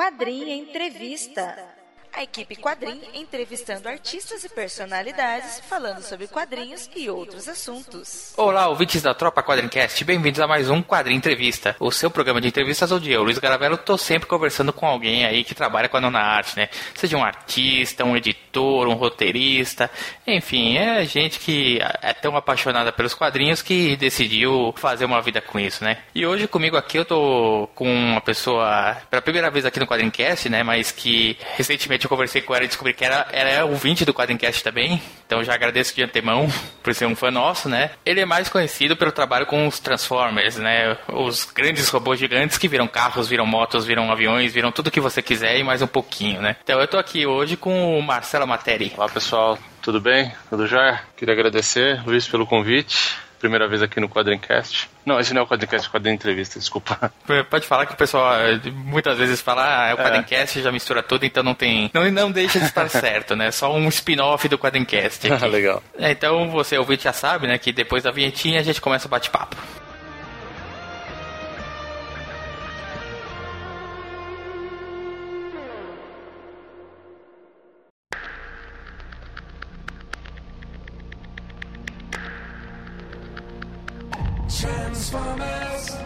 Quadrinho Entrevista. A equipe Quadrinho entrevistando artistas e personalidades, falando sobre quadrinhos e outros assuntos. Olá, ouvintes da Tropa Quadrincast, bem-vindos a mais um Quadrinho Entrevista, o seu programa de entrevistas onde eu, Luiz Garavello, tô sempre conversando com alguém aí que trabalha com a nona arte, né? Seja um artista, um editor, um roteirista, enfim, é gente que é tão apaixonada pelos quadrinhos que decidiu fazer uma vida com isso, né? E hoje comigo aqui eu tô com uma pessoa, pela primeira vez aqui no Quadrincast, né? Mas que recentemente eu conversei com ela e descobri que ela é ouvinte do Quadrincast também, então já agradeço de antemão por ser um fã nosso, né? Ele é mais conhecido pelo trabalho com os Transformers, né? Os grandes robôs gigantes que viram carros, viram motos, viram aviões, viram tudo que você quiser e mais um pouquinho, né? Então eu tô aqui hoje com o Marcelo Materi. Olá pessoal, tudo bem? Tudo já? Queria agradecer, Luiz, pelo convite. Primeira vez aqui no Quadrincast. Não, esse não é o Quadrincast, é o Quadrinho Entrevista, desculpa. Pode falar que o pessoal muitas vezes fala, é o Quadrincast, já mistura tudo, então não deixa de estar certo, né? Só um spin-off do Quadrincast aqui. Legal. Então você, ouvinte, já sabe, né, que depois da vinhetinha a gente começa o bate-papo. Transformers,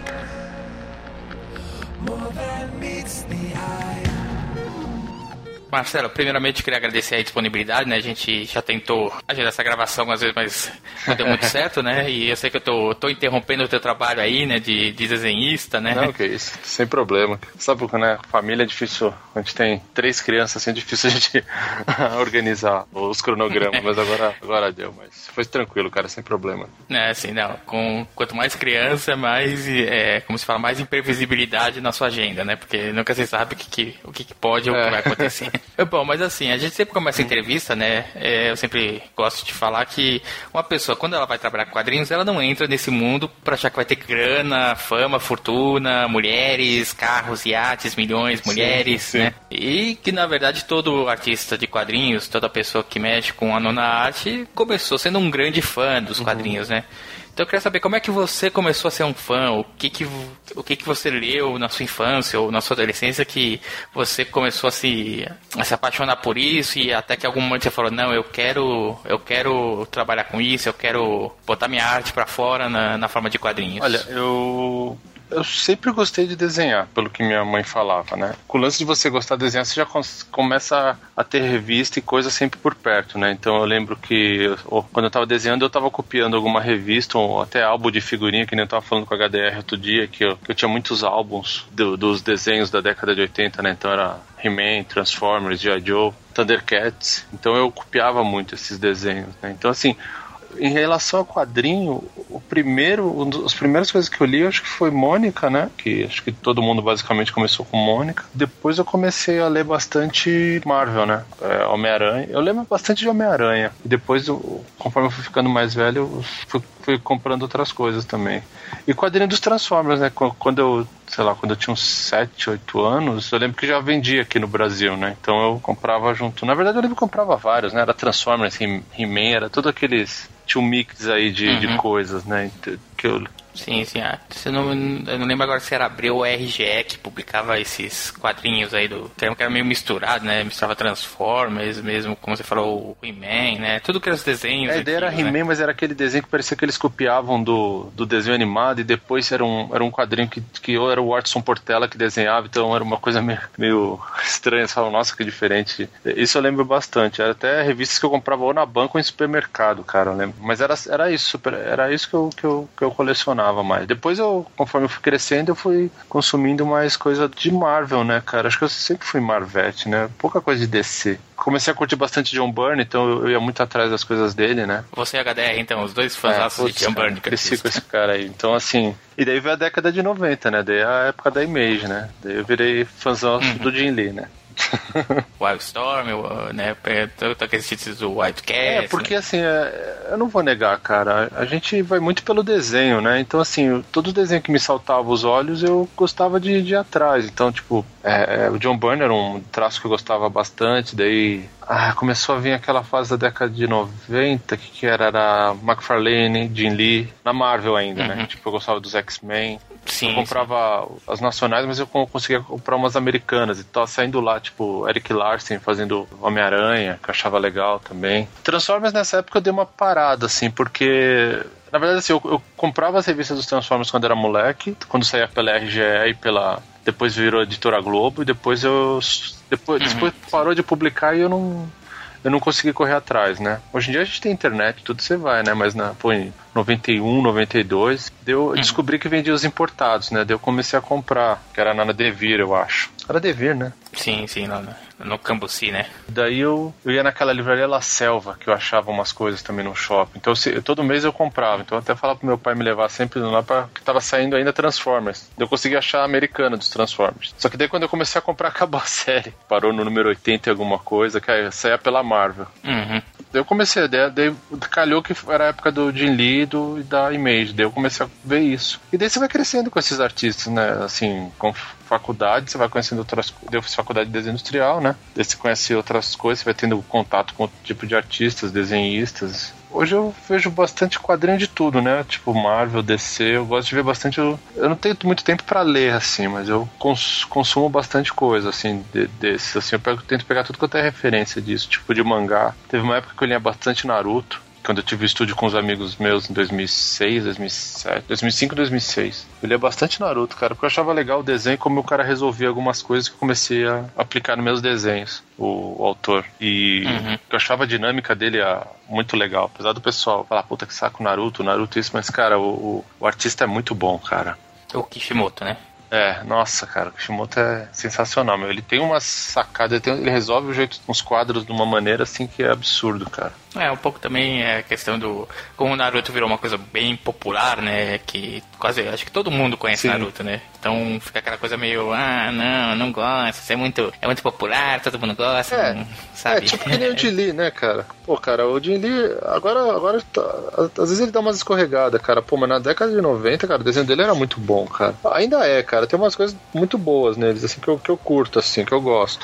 more than meets the eye. Marcelo, primeiramente queria agradecer a disponibilidade, né? A gente já tentou agendar essa gravação algumas vezes, mas não deu muito certo, né? E eu sei que eu tô interrompendo o teu trabalho aí, né? De desenhista, né? Não, que isso, sem problema. Sabe porque, né? Família é difícil, a gente tem 3 crianças, assim, é difícil a gente organizar os cronogramas, mas agora deu, mas foi tranquilo, cara, sem problema. É, assim, não, quanto mais criança, mais, como se fala, mais imprevisibilidade na sua agenda, né? Porque nunca se sabe o que pode ou o que vai acontecer. Bom, mas assim, a gente sempre começa a entrevista, né? Eu sempre gosto de falar que uma pessoa, quando ela vai trabalhar com quadrinhos, ela não entra nesse mundo pra achar que vai ter grana, fama, fortuna, mulheres, carros, iates, milhões, mulheres, sim. Né? E que, na verdade, todo artista de quadrinhos, toda pessoa que mexe com a nona arte, começou sendo um grande fã dos quadrinhos, né? Então eu queria saber como é que você começou a ser um fã, o que você leu na sua infância ou na sua adolescência que você começou a se apaixonar por isso e até que em algum momento você falou, não, eu quero trabalhar com isso, eu quero botar minha arte pra fora na forma de quadrinhos. Olha, eu sempre gostei de desenhar, pelo que minha mãe falava, né? Com o lance de você gostar de desenhar, você já começa a ter revista e coisa sempre por perto, né? Então eu lembro que quando eu tava desenhando, eu tava copiando alguma revista ou até álbum de figurinha, que nem eu tava falando com a HDR outro dia, que eu tinha muitos álbuns dos desenhos da década de 80, né? Então era He-Man, Transformers, G.I. Joe, Thundercats. Então eu copiava muito esses desenhos, né? Então assim, em relação ao quadrinho, as primeiras coisas que eu li, eu acho que foi Mônica, né? Que acho que todo mundo basicamente começou com Mônica. Depois eu comecei a ler bastante Marvel, né? Homem-Aranha. Eu lembro bastante de Homem-Aranha. E depois, conforme eu fui ficando mais velho, eu fui comprando outras coisas também. E quadrinho dos Transformers, né? Quando eu tinha uns 7, 8 anos, eu lembro que já vendia aqui no Brasil, né? Então eu comprava junto. Na verdade, eu lembro que eu comprava vários, né? Era Transformers, He-Man, era tudo aqueles... Tinha um mix aí de coisas, né? Que eu... Sim. Eu não lembro agora se era Abril ou RGE que publicava esses quadrinhos aí do termo que era meio misturado, né? Misturava Transformers mesmo, como você falou, o He-Man, né? Tudo aqueles desenhos. A ideia era He-Man, né? Mas era aquele desenho que parecia que eles copiavam do desenho animado e depois era um quadrinho que ou era o Watson Portela que desenhava, então era uma coisa meio estranha. Você fala, nossa, que diferente. Isso eu lembro bastante. Era até revistas que eu comprava ou na banca ou em supermercado, cara, eu lembro. Mas era isso que eu colecionava mais. Depois conforme eu fui crescendo, eu fui consumindo mais coisa de Marvel, né, cara? Acho que eu sempre fui Marvete, né? Pouca coisa de DC. Comecei a curtir bastante John Byrne, então eu ia muito atrás das coisas dele, né? Você e HDR, então, os dois fãs de John Byrne. Cresci com esse cara aí. Então, assim... E daí veio a década de 90, né? Daí a época da Image, né? Daí eu virei fãzão do Jim Lee, né? Wildstorm, né? Tanto aqueles títulos do Wildcats. Porque, né? Assim, eu não vou negar, cara. A gente vai muito pelo desenho, né? Então, assim, todo desenho que me saltava os olhos, eu gostava de ir atrás. Então, tipo, o John Byrne era um traço que eu gostava bastante. Daí começou a vir aquela fase da década de 90, que era McFarlane, Jim Lee, na Marvel ainda, né? Tipo, eu gostava dos X-Men. Sim, eu comprava as nacionais, mas eu conseguia comprar umas americanas. E tava saindo lá, tipo, Eric Larsen fazendo Homem-Aranha, que eu achava legal também. Transformers nessa época eu dei uma parada, assim, porque... Na verdade, assim, eu comprava as revistas dos Transformers quando era moleque, quando saía pela RGE e depois virou Editora Globo, e depois parou de publicar e eu não consegui correr atrás, né? Hoje em dia a gente tem internet, tudo você vai, né? Mas em 91, 92, eu descobri que vendia os importados, né? Daí eu comecei a comprar, que era na Devir, eu acho. Era Devir, né? Sim, no Cambuci, né? Daí eu ia naquela livraria La Selva, que eu achava umas coisas também no shopping. Então todo mês eu comprava. Então eu até falava pro meu pai me levar sempre lá, que tava saindo ainda Transformers. Daí eu consegui achar a americana dos Transformers. Só que daí quando eu comecei a comprar, acabou a série. Parou no número 80 e alguma coisa, que aí saía pela Marvel. Uhum. Daí eu comecei, daí calhou que era a época do Jim Lee e da Image. Daí eu comecei a ver isso. E daí você vai crescendo com esses artistas, né? Assim, com faculdade, você vai conhecendo outras coisas. Eu fiz faculdade de desenho industrial, né? Daí você conhece outras coisas, você vai tendo contato com outro tipo de artistas, desenhistas. Hoje eu vejo bastante quadrinho de tudo, né? Tipo Marvel, DC, eu gosto de ver bastante. Eu não tenho muito tempo pra ler, assim, mas eu consumo bastante coisa, assim, desses. Assim, tento pegar tudo quanto é referência disso, tipo de mangá. Teve uma época que eu lia bastante Naruto, quando eu tive estúdio com os amigos meus em 2006, 2007, 2005 e 2006. Eu lia bastante Naruto, cara, porque eu achava legal o desenho, como o cara resolvia algumas coisas que eu comecei a aplicar nos meus desenhos, o autor. E eu achava a dinâmica dele muito legal. Apesar do pessoal falar, puta que saco, Naruto isso, mas, cara, o artista é muito bom, cara. O Kishimoto, né? Nossa, cara, o Kishimoto é sensacional, meu. Ele tem uma sacada, ele resolve o jeito, uns quadros de uma maneira assim que é absurdo, cara. Um pouco também a questão do... Como o Naruto virou uma coisa bem popular, né? Que quase... Acho que todo mundo conhece Naruto, né? Então fica aquela coisa meio... não gosto. Isso é muito popular, todo mundo gosta. Sabe? Tipo que nem o Jim Lee, né, cara? Pô, cara, o Jim Lee... Agora às vezes ele dá umas escorregadas, cara. Pô, mas na década de 90, cara, o desenho dele era muito bom, cara. Ainda é, cara. Tem umas coisas muito boas neles, assim, que eu curto, assim, que eu gosto.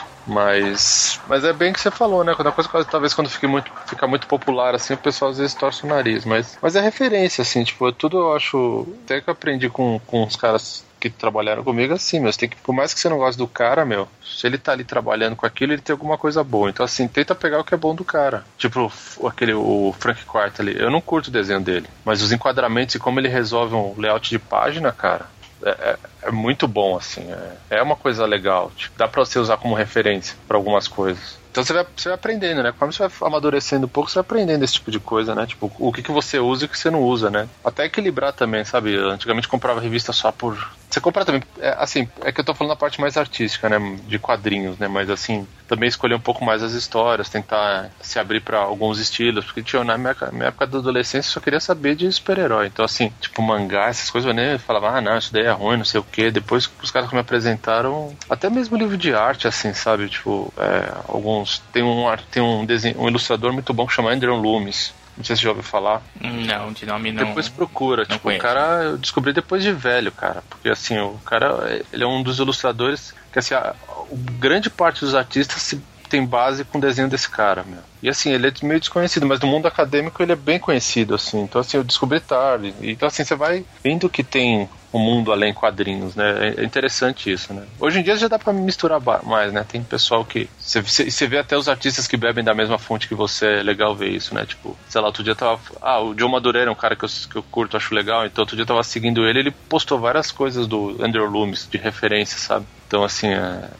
Mas é bem que você falou, né? Quando a coisa, talvez quando fica muito popular, assim, o pessoal às vezes torce o nariz. Mas é referência, assim, tipo, tudo eu acho... Até que eu aprendi com os caras que trabalharam comigo, assim, meu, você tem que, por mais que você não goste do cara, meu, se ele tá ali trabalhando com aquilo, ele tem alguma coisa boa. Então, assim, tenta pegar o que é bom do cara. Tipo, o Frank Quarta ali, eu não curto o desenho dele, mas os enquadramentos e como ele resolve um layout de página, cara, é muito bom, assim, é uma coisa legal, tipo, dá pra você usar como referência pra algumas coisas. Então você vai aprendendo, né? Quando você vai amadurecendo um pouco, você vai aprendendo esse tipo de coisa, né? Tipo, o que você usa e o que você não usa, né? Até equilibrar também, sabe? Eu antigamente comprava revista só por... Você compra também... É que eu tô falando a parte mais artística, né? De quadrinhos, né? Mas, assim, também escolher um pouco mais as histórias, tentar se abrir pra alguns estilos. Porque, na minha época da adolescência, eu só queria saber de super-herói. Então, assim, tipo, mangá, essas coisas, eu nem falava, não, isso daí é ruim, não sei o quê. Depois, os caras que me apresentaram... Até mesmo livro de arte, assim, sabe? Tipo, alguns... Tem um ilustrador muito bom que chama Andrew Loomis. Não sei se você já ouviu falar. Não, de nome não. Depois procura. Não tipo, conheço. O cara eu descobri depois de velho, cara. Porque assim, o cara, ele é um dos ilustradores que assim, grande parte dos artistas tem base com o desenho desse cara, meu. E assim, ele é meio desconhecido, mas no mundo acadêmico ele é bem conhecido, assim. Então assim, eu descobri tarde. Então assim, você vai vendo que tem um mundo além quadrinhos, né? É interessante isso, né? Hoje em dia já dá pra misturar mais, né? Tem pessoal que... Você vê até os artistas que bebem da mesma fonte que você, é legal ver isso, né? Tipo, sei lá, outro dia tava... o John Madureira é um cara que eu curto, acho legal. Então outro dia eu tava seguindo ele postou várias coisas do Andrew Loomis, de referência, sabe? Então assim,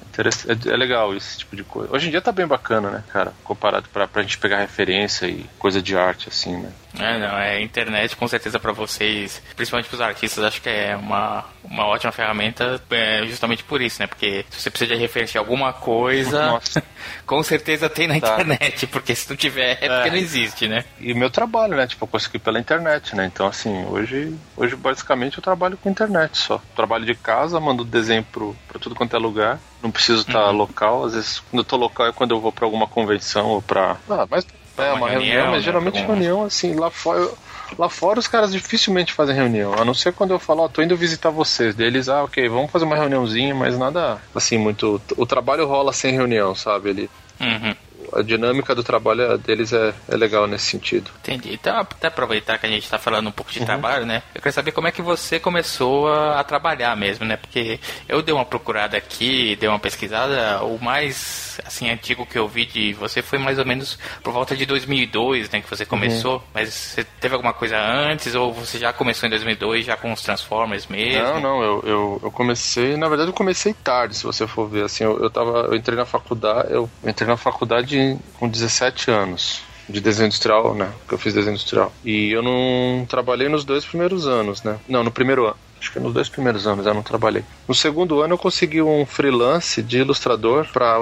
é legal esse tipo de coisa. Hoje em dia tá bem bacana, né, cara? Comparado pra gente pegar referência e coisa de arte, assim, né? A internet com certeza pra vocês, principalmente pros artistas, acho que é uma ótima ferramenta justamente por isso, né? Porque se você precisa de referência a alguma coisa, com certeza tem na internet, porque se não tiver é porque não existe, né? E meu trabalho, né? Tipo, eu consegui pela internet, né? Então, assim, hoje basicamente eu trabalho com internet só. Trabalho de casa, mando desenho pra tudo quanto é lugar. Não preciso estar local. Às vezes, quando eu tô local é quando eu vou pra alguma convenção ou pra... uma reunião, mas geralmente reunião, assim, lá fora os caras dificilmente fazem reunião, a não ser quando eu falo, tô indo visitar vocês, deles, ok, vamos fazer uma reuniãozinha, mas nada, assim, muito, o trabalho rola sem reunião, sabe, a dinâmica do trabalho deles é legal nesse sentido. Entendi. Então, até aproveitar que a gente está falando um pouco de trabalho, né? Eu quero saber como é que você começou a trabalhar mesmo, né? Porque eu dei uma procurada aqui, dei uma pesquisada, o mais, assim, antigo que eu vi de você foi mais ou menos por volta de 2002, né? Que você começou, mas você teve alguma coisa antes ou você já começou em 2002 já com os Transformers mesmo? Não, eu comecei, na verdade eu comecei tarde, se você for ver, assim, eu entrei na faculdade com 17 anos. De desenho industrial, né? Que eu fiz desenho industrial. E eu não trabalhei nos 2 primeiros anos, né? Não, no primeiro ano. Acho que nos 2 primeiros anos eu não trabalhei. No segundo ano eu consegui um freelance de ilustrador para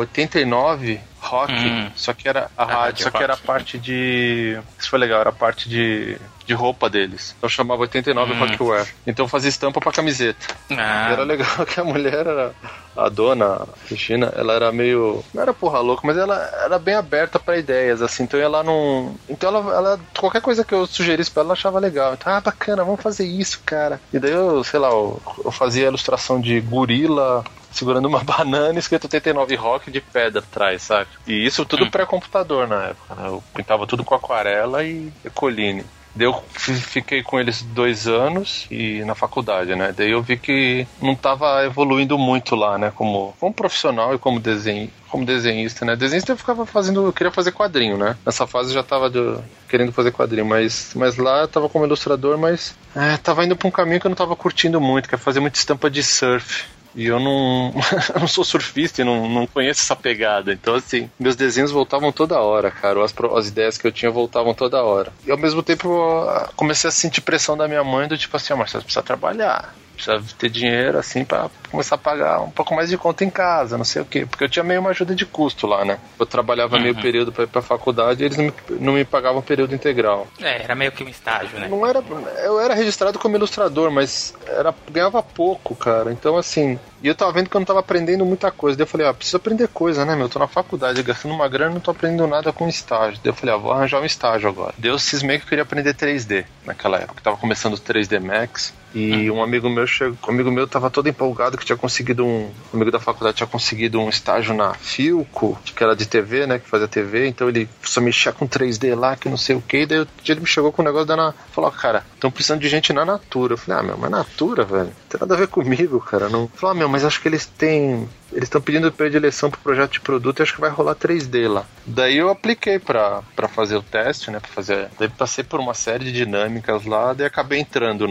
89 Rock, só que era a rádio, só que era a parte de... Isso foi legal, era a parte de roupa deles. Então chamava 89 Rockwear. Então eu fazia estampa pra camiseta. E era legal que a mulher era... A dona, a Cristina, ela era meio... Não era porra louca, mas ela era bem aberta pra ideias, assim. Então ela não... Então ela qualquer coisa que eu sugerisse pra ela, ela achava legal. Então, bacana, vamos fazer isso, cara. E daí eu, sei lá, eu fazia a ilustração de gorila segurando uma banana escrito 89 Rock de pedra atrás, sabe? E isso tudo pré-computador na época, né? Eu pintava tudo com aquarela e Ecoline. Daí eu fiquei com eles 2 anos e na faculdade, né? Daí eu vi que não estava evoluindo muito lá, né? Como profissional e como desenhista, né? Desenhista eu queria fazer quadrinho, né? Nessa fase eu já estava querendo fazer quadrinho, mas lá eu tava como ilustrador, mas tava indo pra um caminho que eu não tava curtindo muito, que é fazer muita estampa de surf. E eu não sou surfista e não conheço essa pegada. Então, assim, meus desenhos voltavam toda hora, cara. As ideias que eu tinha voltavam toda hora. E, ao mesmo tempo, eu comecei a sentir pressão da minha mãe do tipo assim, Marcelo, você precisa trabalhar. Precisa ter dinheiro, assim, pra começar a pagar um pouco mais de conta em casa, não sei o quê. Porque eu tinha meio uma ajuda de custo lá, né? Eu trabalhava meio período pra ir pra faculdade e eles não me pagavam período integral. Era meio que um estágio, né? Não era... Eu era registrado como ilustrador, mas ganhava pouco, cara. Então, assim... E eu tava vendo que eu não tava aprendendo muita coisa. Daí eu falei, preciso aprender coisa, né, meu? Eu tô na faculdade, gastando uma grana e não tô aprendendo nada com estágio. Daí eu falei, vou arranjar um estágio agora. Daí eu cismei que eu queria aprender 3D naquela época. Tava começando o 3D Max. E um amigo meu tava todo empolgado que tinha conseguido um amigo da faculdade tinha conseguido um estágio na Filco, que era de TV, né, que fazia TV, então ele só mexia com 3D lá, que não sei o que, e daí ele me chegou com o negócio falou, cara, estão precisando de gente na Natura. Eu falei, mas Natura, velho, não tem nada a ver comigo, cara, não. Falei, mas acho que eles estão pedindo predileção pro projeto de produto e acho que vai rolar 3D lá. Daí eu apliquei pra fazer o teste, né, daí passei por uma série de dinâmicas lá, daí acabei entrando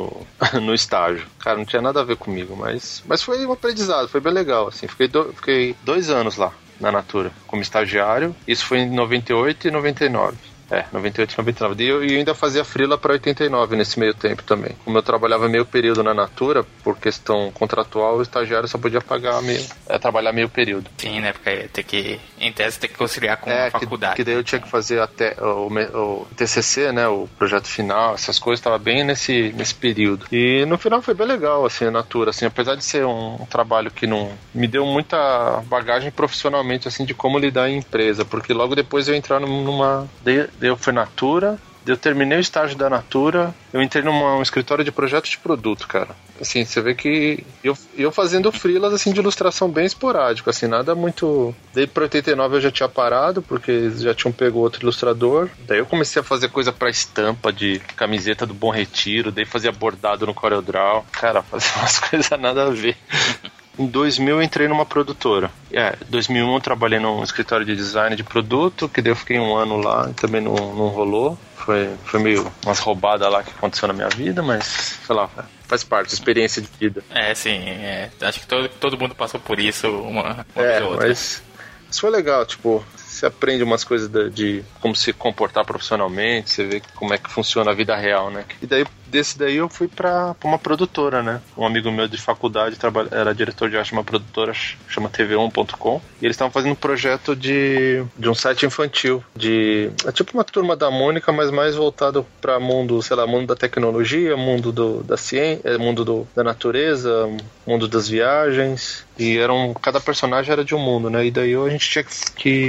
no estágio. Cara, não tinha nada a ver comigo, mas foi um aprendizado, foi bem legal, assim. Fiquei 2 anos lá na Natura, como estagiário. Isso foi em 98 e 99. 98 e 99. E eu ainda fazia freela para 89 nesse meio tempo também. Como eu trabalhava meio período na Natura, por questão contratual, o estagiário só podia trabalhar meio período. Sim, né? Porque em tese tem que conciliar com a faculdade. Que daí eu tinha que fazer até o TCC, né? O projeto final, essas coisas, estava bem nesse período. E no final foi bem legal, assim, a Natura, assim, apesar de ser um trabalho que não me deu muita bagagem profissionalmente, assim, de como lidar em empresa, porque logo depois eu entrar numa... Eu fui Natura, eu terminei o estágio da Natura, eu entrei num escritório de projetos de produto, cara. Assim, você vê que eu fazendo freelas, assim, de ilustração bem esporádico, assim, nada muito... Daí pra 89 eu já tinha parado, porque já tinham pego outro ilustrador. Daí eu comecei a fazer coisa pra estampa de camiseta do Bom Retiro, daí fazia bordado no CorelDRAW. Cara, fazia umas coisas nada a ver. Em 2000 eu entrei numa produtora. Em 2001 eu trabalhei num escritório de design de produto, que daí eu fiquei 1 ano lá e também não rolou. Foi meio umas roubadas lá que aconteceu na minha vida, mas, sei lá, faz parte, experiência de vida. Sim, acho que todo mundo passou por isso uma vez ou outra. Mas isso foi legal, tipo... Você aprende umas coisas de como se comportar profissionalmente, você vê como é que funciona a vida real, né? E daí, desse daí eu fui pra uma produtora, né? Um amigo meu de faculdade era diretor de arte de uma produtora, chama tv1.com, e eles estavam fazendo um projeto de um site infantil, é tipo uma Turma da Mônica, mas mais voltado pra mundo, sei lá, mundo da tecnologia, mundo da ciência, mundo da natureza, mundo das viagens, e cada personagem era de um mundo, né? E daí a gente tinha que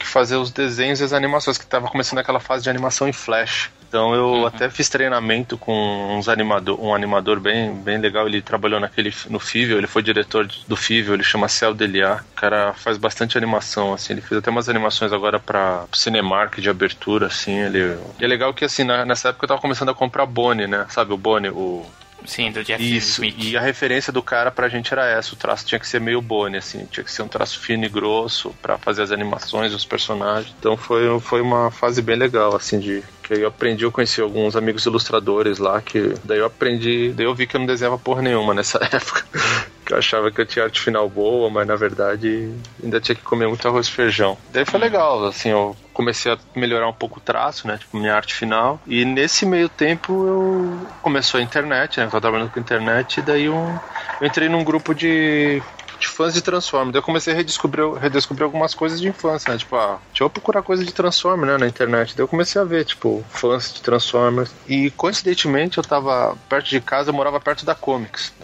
que fazer os desenhos e as animações, que tava começando aquela fase de animação em Flash. Então eu até fiz treinamento com um animador bem legal. Ele trabalhou no Fível, ele foi diretor do Fível, ele chama Céu Deliá. O cara faz bastante animação, assim. Ele fez até umas animações agora pra Cinemark de abertura, assim. E é legal que, assim, nessa época eu tava começando a comprar Bonnie, né? Sabe o Bonnie, Sim, do Jeff Smith. E a referência do cara pra gente era essa. O traço tinha que ser meio Bonnie, assim. Tinha que ser um traço fino e grosso pra fazer as animações, os personagens. Então foi uma fase bem legal, assim, que eu aprendi, eu conheci alguns amigos ilustradores lá, que daí eu vi que eu não desenhava porra nenhuma nessa época. Que eu achava que eu tinha arte final boa, mas na verdade ainda tinha que comer muito arroz e feijão. Daí foi legal, assim, eu comecei a melhorar um pouco o traço, né, tipo, minha arte final. E nesse meio tempo começou a internet, né, eu tava trabalhando com internet, e daí eu entrei num grupo de fãs de Transformers. Daí eu comecei a redescobrir algumas coisas de infância, né? Tipo, deixa eu procurar coisa de Transformers, né, na internet. Daí eu comecei a ver, tipo, fãs de Transformers. E coincidentemente eu tava perto de casa, eu morava perto da Comics,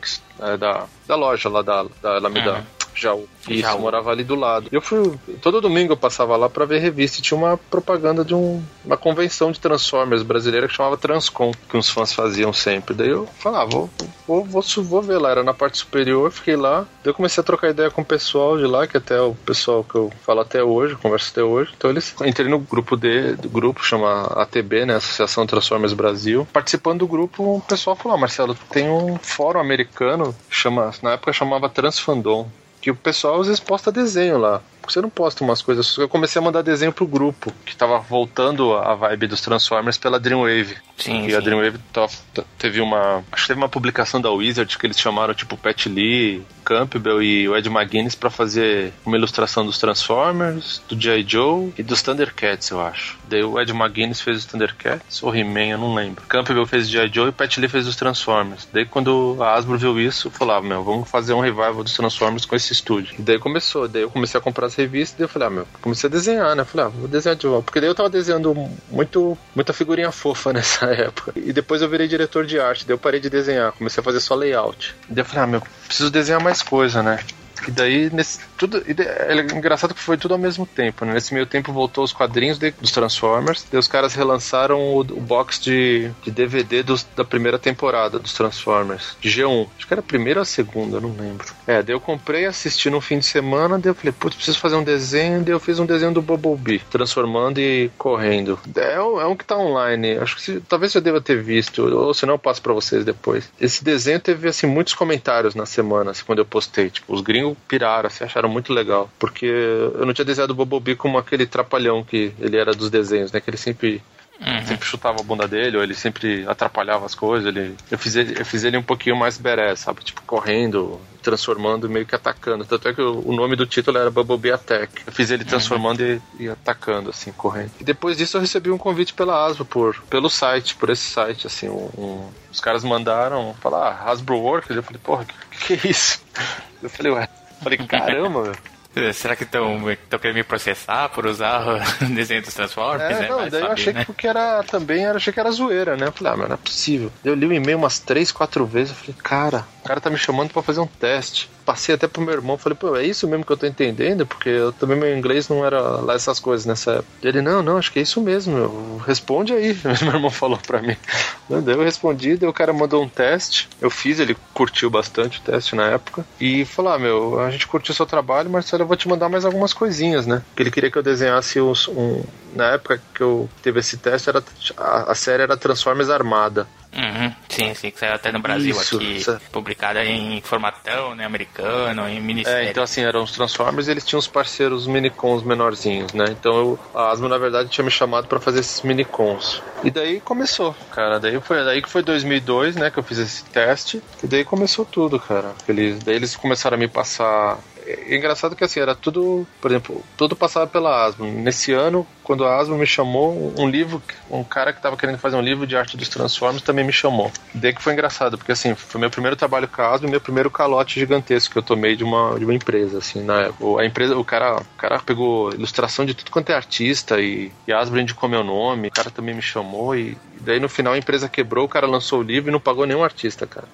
da loja lá da Alameda. Jaú. Isso, eu morava ali do lado. Todo domingo eu passava lá pra ver revista e tinha uma propaganda de uma convenção de Transformers brasileira que chamava Transcom, que uns fãs faziam sempre. Daí eu falava, vou ver lá. Era na parte superior, fiquei lá. Daí eu comecei a trocar ideia com o pessoal de lá, que até o pessoal que eu falo até hoje, converso até hoje. Então entrei no grupo do grupo, chama ATB, né, Associação Transformers Brasil. Participando do grupo, o pessoal falou, Marcelo, tem um fórum americano, na época chamava Transfandom, que o pessoal às vezes posta desenho lá. Você não posta umas coisas. Eu comecei a mandar desenho pro grupo, que tava voltando a vibe dos Transformers pela Dreamwave. Sim, a Dreamwave teve uma publicação da Wizard que eles chamaram tipo Pat Lee, Campbell e o Ed McGuinness pra fazer uma ilustração dos Transformers, do G.I. Joe e dos Thundercats, eu acho. Daí o Ed McGuinness fez os Thundercats, ou He-Man, eu não lembro. Campbell fez o G.I. Joe e o Pat Lee fez os Transformers. Daí quando a Hasbro viu isso, falava, vamos fazer um revival dos Transformers com esse estúdio. E daí começou, daí eu comecei a comprar as revistas, daí eu falei, comecei a desenhar, né? Eu falei, vou desenhar de volta. Porque daí eu tava desenhando muita figurinha fofa nessa época. E depois eu virei diretor de arte, daí eu parei de desenhar, comecei a fazer só layout. E daí eu falei, preciso desenhar mais coisa, né? E daí, é engraçado que foi tudo ao mesmo tempo, né? Nesse meio tempo voltou os quadrinhos dos Transformers, daí os caras relançaram o box de DVD da primeira temporada dos Transformers, de G1. Acho que era a primeira ou a segunda, não lembro. Daí eu comprei, assisti no fim de semana, daí eu falei, preciso fazer um desenho, daí eu fiz um desenho do Bumblebee, transformando e correndo. É um que tá online, acho que talvez eu deva ter visto, ou se não eu passo pra vocês depois. Esse desenho teve, assim, muitos comentários na semana, assim, quando eu postei, tipo, os gringos piraram, assim, acharam muito legal, porque eu não tinha desenhado o Bumblebee como aquele trapalhão que ele era dos desenhos, né, que ele sempre chutava a bunda dele, ou ele sempre atrapalhava as coisas. Eu fiz ele um pouquinho mais badass, sabe, tipo, correndo, transformando e meio que atacando, tanto é que o nome do título era Bumblebee Attack. Eu fiz ele transformando e atacando, assim, correndo. E depois disso eu recebi um convite pela Hasbro, por esse site, assim, os caras mandaram falar, Hasbro Works, eu falei, porra, que é isso? Eu falei, caramba, meu. Será que estão querendo me processar por usar o desenho dos Transformers? Daí eu achei que achei que era zoeira, né? Eu falei, mas não é possível. Eu li o e-mail umas 3, 4 vezes, eu falei, cara, o cara tá me chamando pra fazer um teste. Passei até pro meu irmão, falei, é isso mesmo que eu tô entendendo? Porque meu inglês não era lá essas coisas nessa época. Ele, não, acho que é isso mesmo, responde aí. Meu irmão falou pra mim. Daí eu respondi, daí o cara mandou um teste, eu fiz, ele curtiu bastante o teste na época, e falou, a gente curtiu o seu trabalho, Marcelo, eu vou te mandar mais algumas coisinhas, né? Porque ele queria que eu desenhasse na época que eu teve esse teste, a série era Transformers Armada. Sim, que saiu até no Brasil. Isso, aqui, publicada em formatão, né, americano, em minissérie. Então assim, eram os Transformers e eles tinham os parceiros minicons menorzinhos, né? Então a Hasbro, na verdade, tinha me chamado pra fazer esses minicons. E daí começou, cara. Daí que foi 2002, né, que eu fiz esse teste. E daí começou tudo, cara. Daí eles começaram a me passar... É engraçado que assim, era tudo, por exemplo, tudo passava pela Hasbro. Nesse ano, quando a Hasbro me chamou, um cara que tava querendo fazer um livro de arte dos Transformers também me chamou. Daí que foi engraçado, porque assim, foi meu primeiro trabalho com a Hasbro e meu primeiro calote gigantesco que eu tomei de uma empresa, assim, na época. A empresa, o cara pegou ilustração de tudo quanto é artista e a Hasbro indicou meu nome, o cara também me chamou e daí no final a empresa quebrou, o cara lançou o livro e não pagou nenhum artista, cara.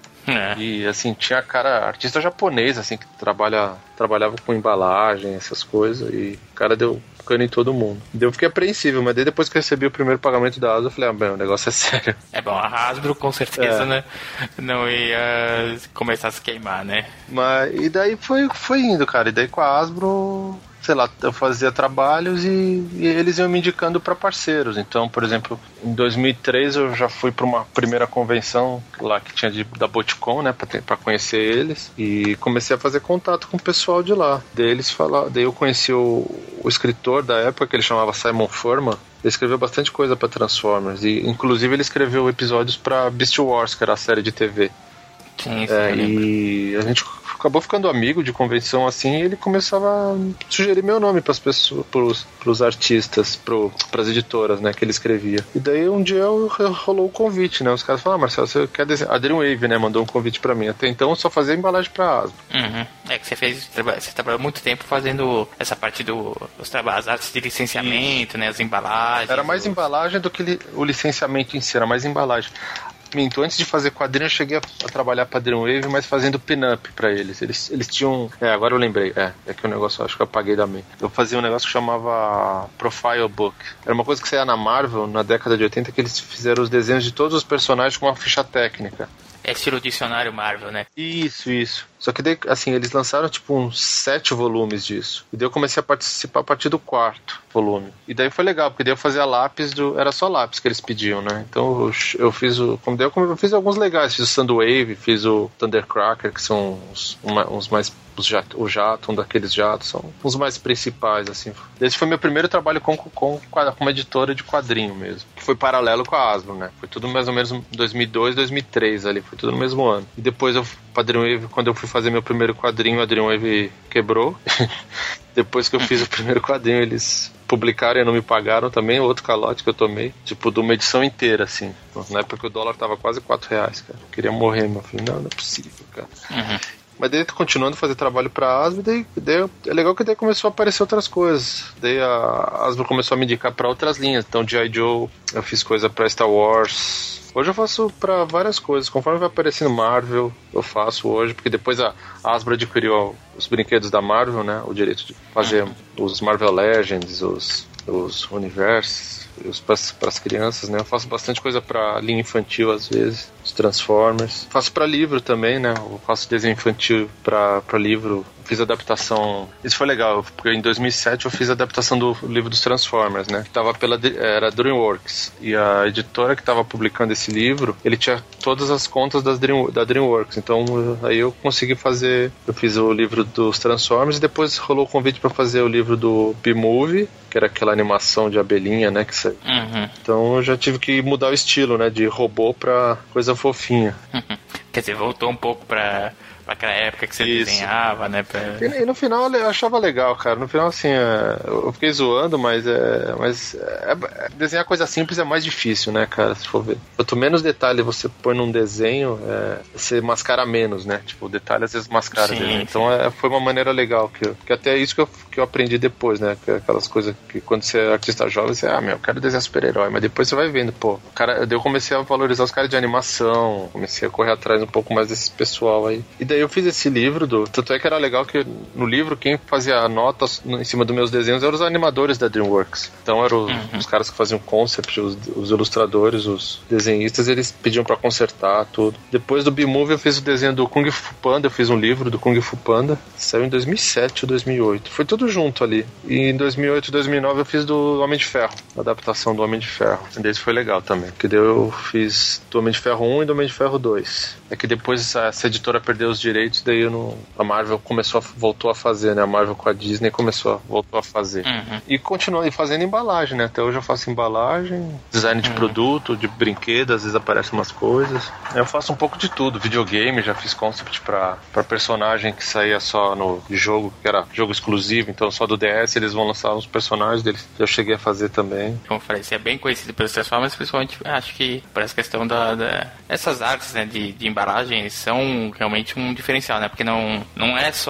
E assim, tinha artista japonês, assim, que trabalhava com embalagem, essas coisas, e o cara focando em todo mundo. Daí eu fiquei apreensível, mas daí depois que eu recebi o primeiro pagamento da Hasbro, eu falei, o negócio é sério. É bom, a Hasbro com certeza, né, não ia começar a se queimar, né? E daí foi indo, cara. E daí com a Hasbro, sei lá, eu fazia trabalhos e eles iam me indicando para parceiros. Então, por exemplo, em 2003 eu já fui para uma primeira convenção lá que tinha da Boticon, né, para conhecer eles, e comecei a fazer contato com o pessoal de lá. Daí eu conheci o escritor da época, que ele chamava Simon Furman. Ele escreveu bastante coisa para Transformers, e inclusive ele escreveu episódios para Beast Wars, que era a série de TV. Sim, e a gente acabou ficando amigo de convenção assim, e ele começava a sugerir meu nome para as pessoas, pros artistas, pras editoras, né, que ele escrevia. E daí um dia rolou o convite, né? Os caras falaram, Marcelo, você quer desenhar? A Dreamwave, né, mandou um convite para mim. Até então eu só fazia embalagem para Hasbro. Uhum. É que você trabalhou muito tempo fazendo essa parte as artes de licenciamento, né, as embalagens. Era mais embalagem do que o licenciamento em si, era mais embalagem. Antes de fazer quadrinho, eu cheguei a trabalhar pra Dreamwave, mas fazendo pin-up pra eles. Eles tinham... agora eu lembrei. É que o negócio, acho que eu apaguei da mente. Eu fazia um negócio que chamava Profile Book. Era uma coisa que saía na Marvel, na década de 80, que eles fizeram os desenhos de todos os personagens com uma ficha técnica. É estilo dicionário Marvel, né? Isso. Só que daí, assim, eles lançaram tipo uns 7 volumes disso. E daí eu comecei a participar a partir do 4º volume. E daí foi legal, porque daí eu fazia lápis era só lápis que eles pediam, né? Então eu fiz eu fiz alguns legais. Fiz o Sandwave, fiz o Thundercracker, que são uns mais... O jato, um daqueles jatos, são os mais principais, assim. Esse foi meu primeiro trabalho com uma editora de quadrinho mesmo, que foi paralelo com a Hasbro, né? Foi tudo mais ou menos em 2002, 2003 ali, foi tudo no mesmo ano. E depois quando eu fui fazer meu primeiro quadrinho, a Dreamwave quebrou. Depois que eu fiz o primeiro quadrinho, eles publicaram e não me pagaram também, outro calote que eu tomei, tipo, de uma edição inteira, assim. Na época que o dólar tava quase R$4, cara. Eu queria morrer, meu filho. Não é possível, cara. Uhum. Mas daí, continuando a fazer trabalho pra Hasbro, daí é legal que daí começou a aparecer outras coisas. Daí a Hasbro começou a me indicar pra outras linhas. Então, G.I. Joe, eu fiz coisa pra Star Wars. Hoje eu faço pra várias coisas. Conforme vai aparecendo Marvel, eu faço hoje. Porque depois a Hasbro adquiriu os brinquedos da Marvel, né? O direito de fazer os Marvel Legends, os Universos, para as crianças, né? Eu faço bastante coisa para linha infantil às vezes, os Transformers. Faço para livro também, né? Eu faço desenho infantil para livro. Fiz adaptação. Isso foi legal, porque em 2007 eu fiz a adaptação do livro dos Transformers, né? Que tava era DreamWorks. E a editora que estava publicando esse livro, ele tinha todas as contas da DreamWorks. Então aí eu consegui fazer. Eu fiz o livro dos Transformers e depois rolou o convite para fazer o livro do B-Movie, que era aquela animação de abelhinha, né? Então eu já tive que mudar o estilo, né? De robô pra coisa fofinha. Quer dizer, voltou um pouco pra aquela época que você desenhava, né? E no final eu achava legal, cara. No final, assim, eu fiquei zoando, mas desenhar coisa simples é mais difícil, né, cara? Se for ver. Quanto menos detalhe você põe num desenho, você mascara menos, né? Tipo, o detalhe às vezes mascara. Sim. Então foi uma maneira legal, que até é isso que eu aprendi depois, né? Que aquelas coisas que quando você é artista jovem, você, eu quero desenhar super-herói. Mas depois você vai vendo, daí eu comecei a valorizar os caras de animação, comecei a correr atrás um pouco mais desse pessoal aí. E daí eu fiz esse livro, tanto é que era legal que no livro quem fazia notas em cima dos meus desenhos eram os animadores da DreamWorks. Então eram os caras que faziam concept, os ilustradores, os desenhistas, eles pediam pra consertar tudo. Depois do B-Movie eu fiz o desenho do Kung Fu Panda, eu fiz um livro do Kung Fu Panda, saiu em 2007 ou 2008. Foi tudo junto ali. E em 2008 e 2009 eu fiz do Homem de Ferro, a adaptação do Homem de Ferro. E desse foi legal também, porque daí eu fiz do Homem de Ferro 1 e do Homem de Ferro 2. É que depois essa editora perdeu os direitos, daí a Marvel voltou a fazer, né? A Marvel com a Disney voltou a fazer. E continuei fazendo embalagem, né? Até hoje eu faço embalagem, design de produto, de brinquedo, às vezes aparecem umas coisas. Eu faço um pouco de tudo. Videogame, já fiz concept pra personagem que saía só no jogo, que era jogo exclusivo, então só do DS eles vão lançar uns personagens deles. Eu cheguei a fazer também. Como eu falei, você é bem conhecido pelos Transformers, principalmente acho que por essa questão essas artes, né, de embalagem são realmente um diferencial, né? Porque não é só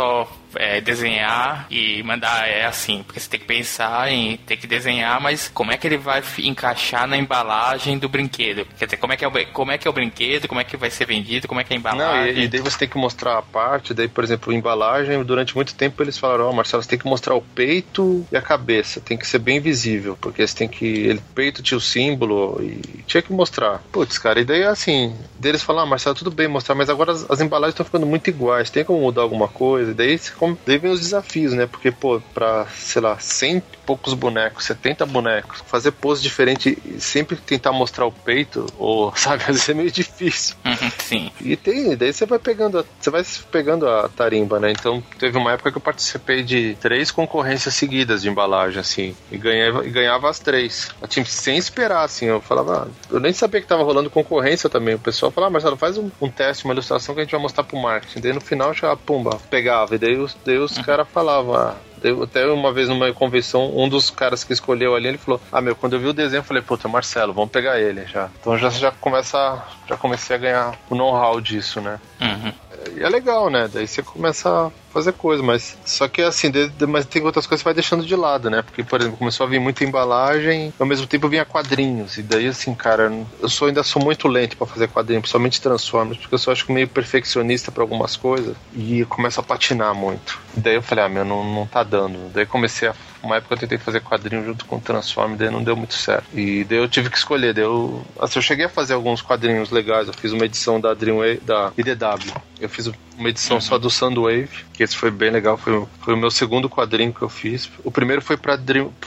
desenhar e mandar assim, porque você tem que pensar em ter que desenhar, mas como é que ele vai encaixar na embalagem do brinquedo? Quer dizer, como é que é o brinquedo, como é que vai ser vendido, como é que é a embalagem? Não, e daí você tem que mostrar a parte, daí, por exemplo, embalagem, durante muito tempo eles falaram, Marcelo, você tem que mostrar o peito e a cabeça, tem que ser bem visível, porque você tem que, o peito tinha o símbolo e tinha que mostrar. Putz, cara, e daí assim, deles falaram, Marcelo, tudo bem mostrar, mas agora as embalagens estão ficando muito iguais, tem como mudar alguma coisa? E daí vem os desafios, né? Porque, pra, sei lá, 100 e poucos bonecos, 70 bonecos, fazer pose diferente e sempre tentar mostrar o peito, ou, sabe, às vezes é meio difícil. Sim. E daí você vai pegando a tarimba, né? Então, teve uma época que eu participei de 3 concorrências seguidas de embalagem, assim, e ganhava as 3. Sem esperar, assim, eu falava, eu nem sabia que tava rolando concorrência também. O pessoal falava, Marcelo, faz um teste, uma ilustração que a gente vai mostrar pro marketing. Daí no final já, pumba, pegava. E daí os caras falavam, até uma vez numa convenção, um dos caras que escolheu ali, ele falou, quando eu vi o desenho, eu falei, puta, Marcelo, vamos pegar ele já. Então já comecei a ganhar o know-how disso, né? E é legal, né? Daí você começa a fazer coisa, mas só que assim, mas tem outras coisas que você vai deixando de lado, né? Porque, por exemplo, começou a vir muita embalagem, ao mesmo tempo vinha quadrinhos, e daí assim, cara, eu ainda sou muito lento pra fazer quadrinho, principalmente Transformers, porque eu só acho meio perfeccionista pra algumas coisas, e começo a patinar muito. E daí eu falei, não tá dando. Daí uma época eu tentei fazer quadrinho junto com o Transformers, daí não deu muito certo. E daí eu tive que escolher, eu cheguei a fazer alguns quadrinhos legais, eu fiz uma edição da IDW, eu fiz uma edição só do Soundwave, que esse foi bem legal, foi o meu segundo quadrinho que eu fiz. O primeiro foi pra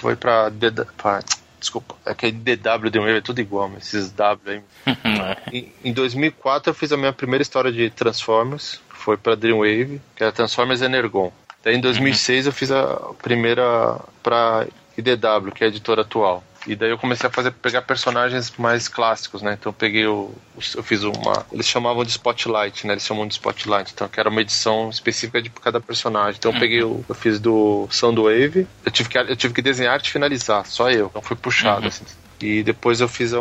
desculpa, é que a DW, Dreamwave é tudo igual, mas esses W aí. Em 2004 eu fiz a minha primeira história de Transformers, que foi pra Dreamwave, que era Transformers Energon. Daí em 2006 eu fiz a primeira pra IDW, que é a editora atual. E daí eu comecei a pegar personagens mais clássicos, né? Então eu fiz eles chamavam de Spotlight, né? Eles chamam de Spotlight, então que era uma edição específica de cada personagem. Então eu fiz do Soundwave, eu tive que desenhar, arte e finalizar, só eu. Então fui puxado, assim. E depois eu fiz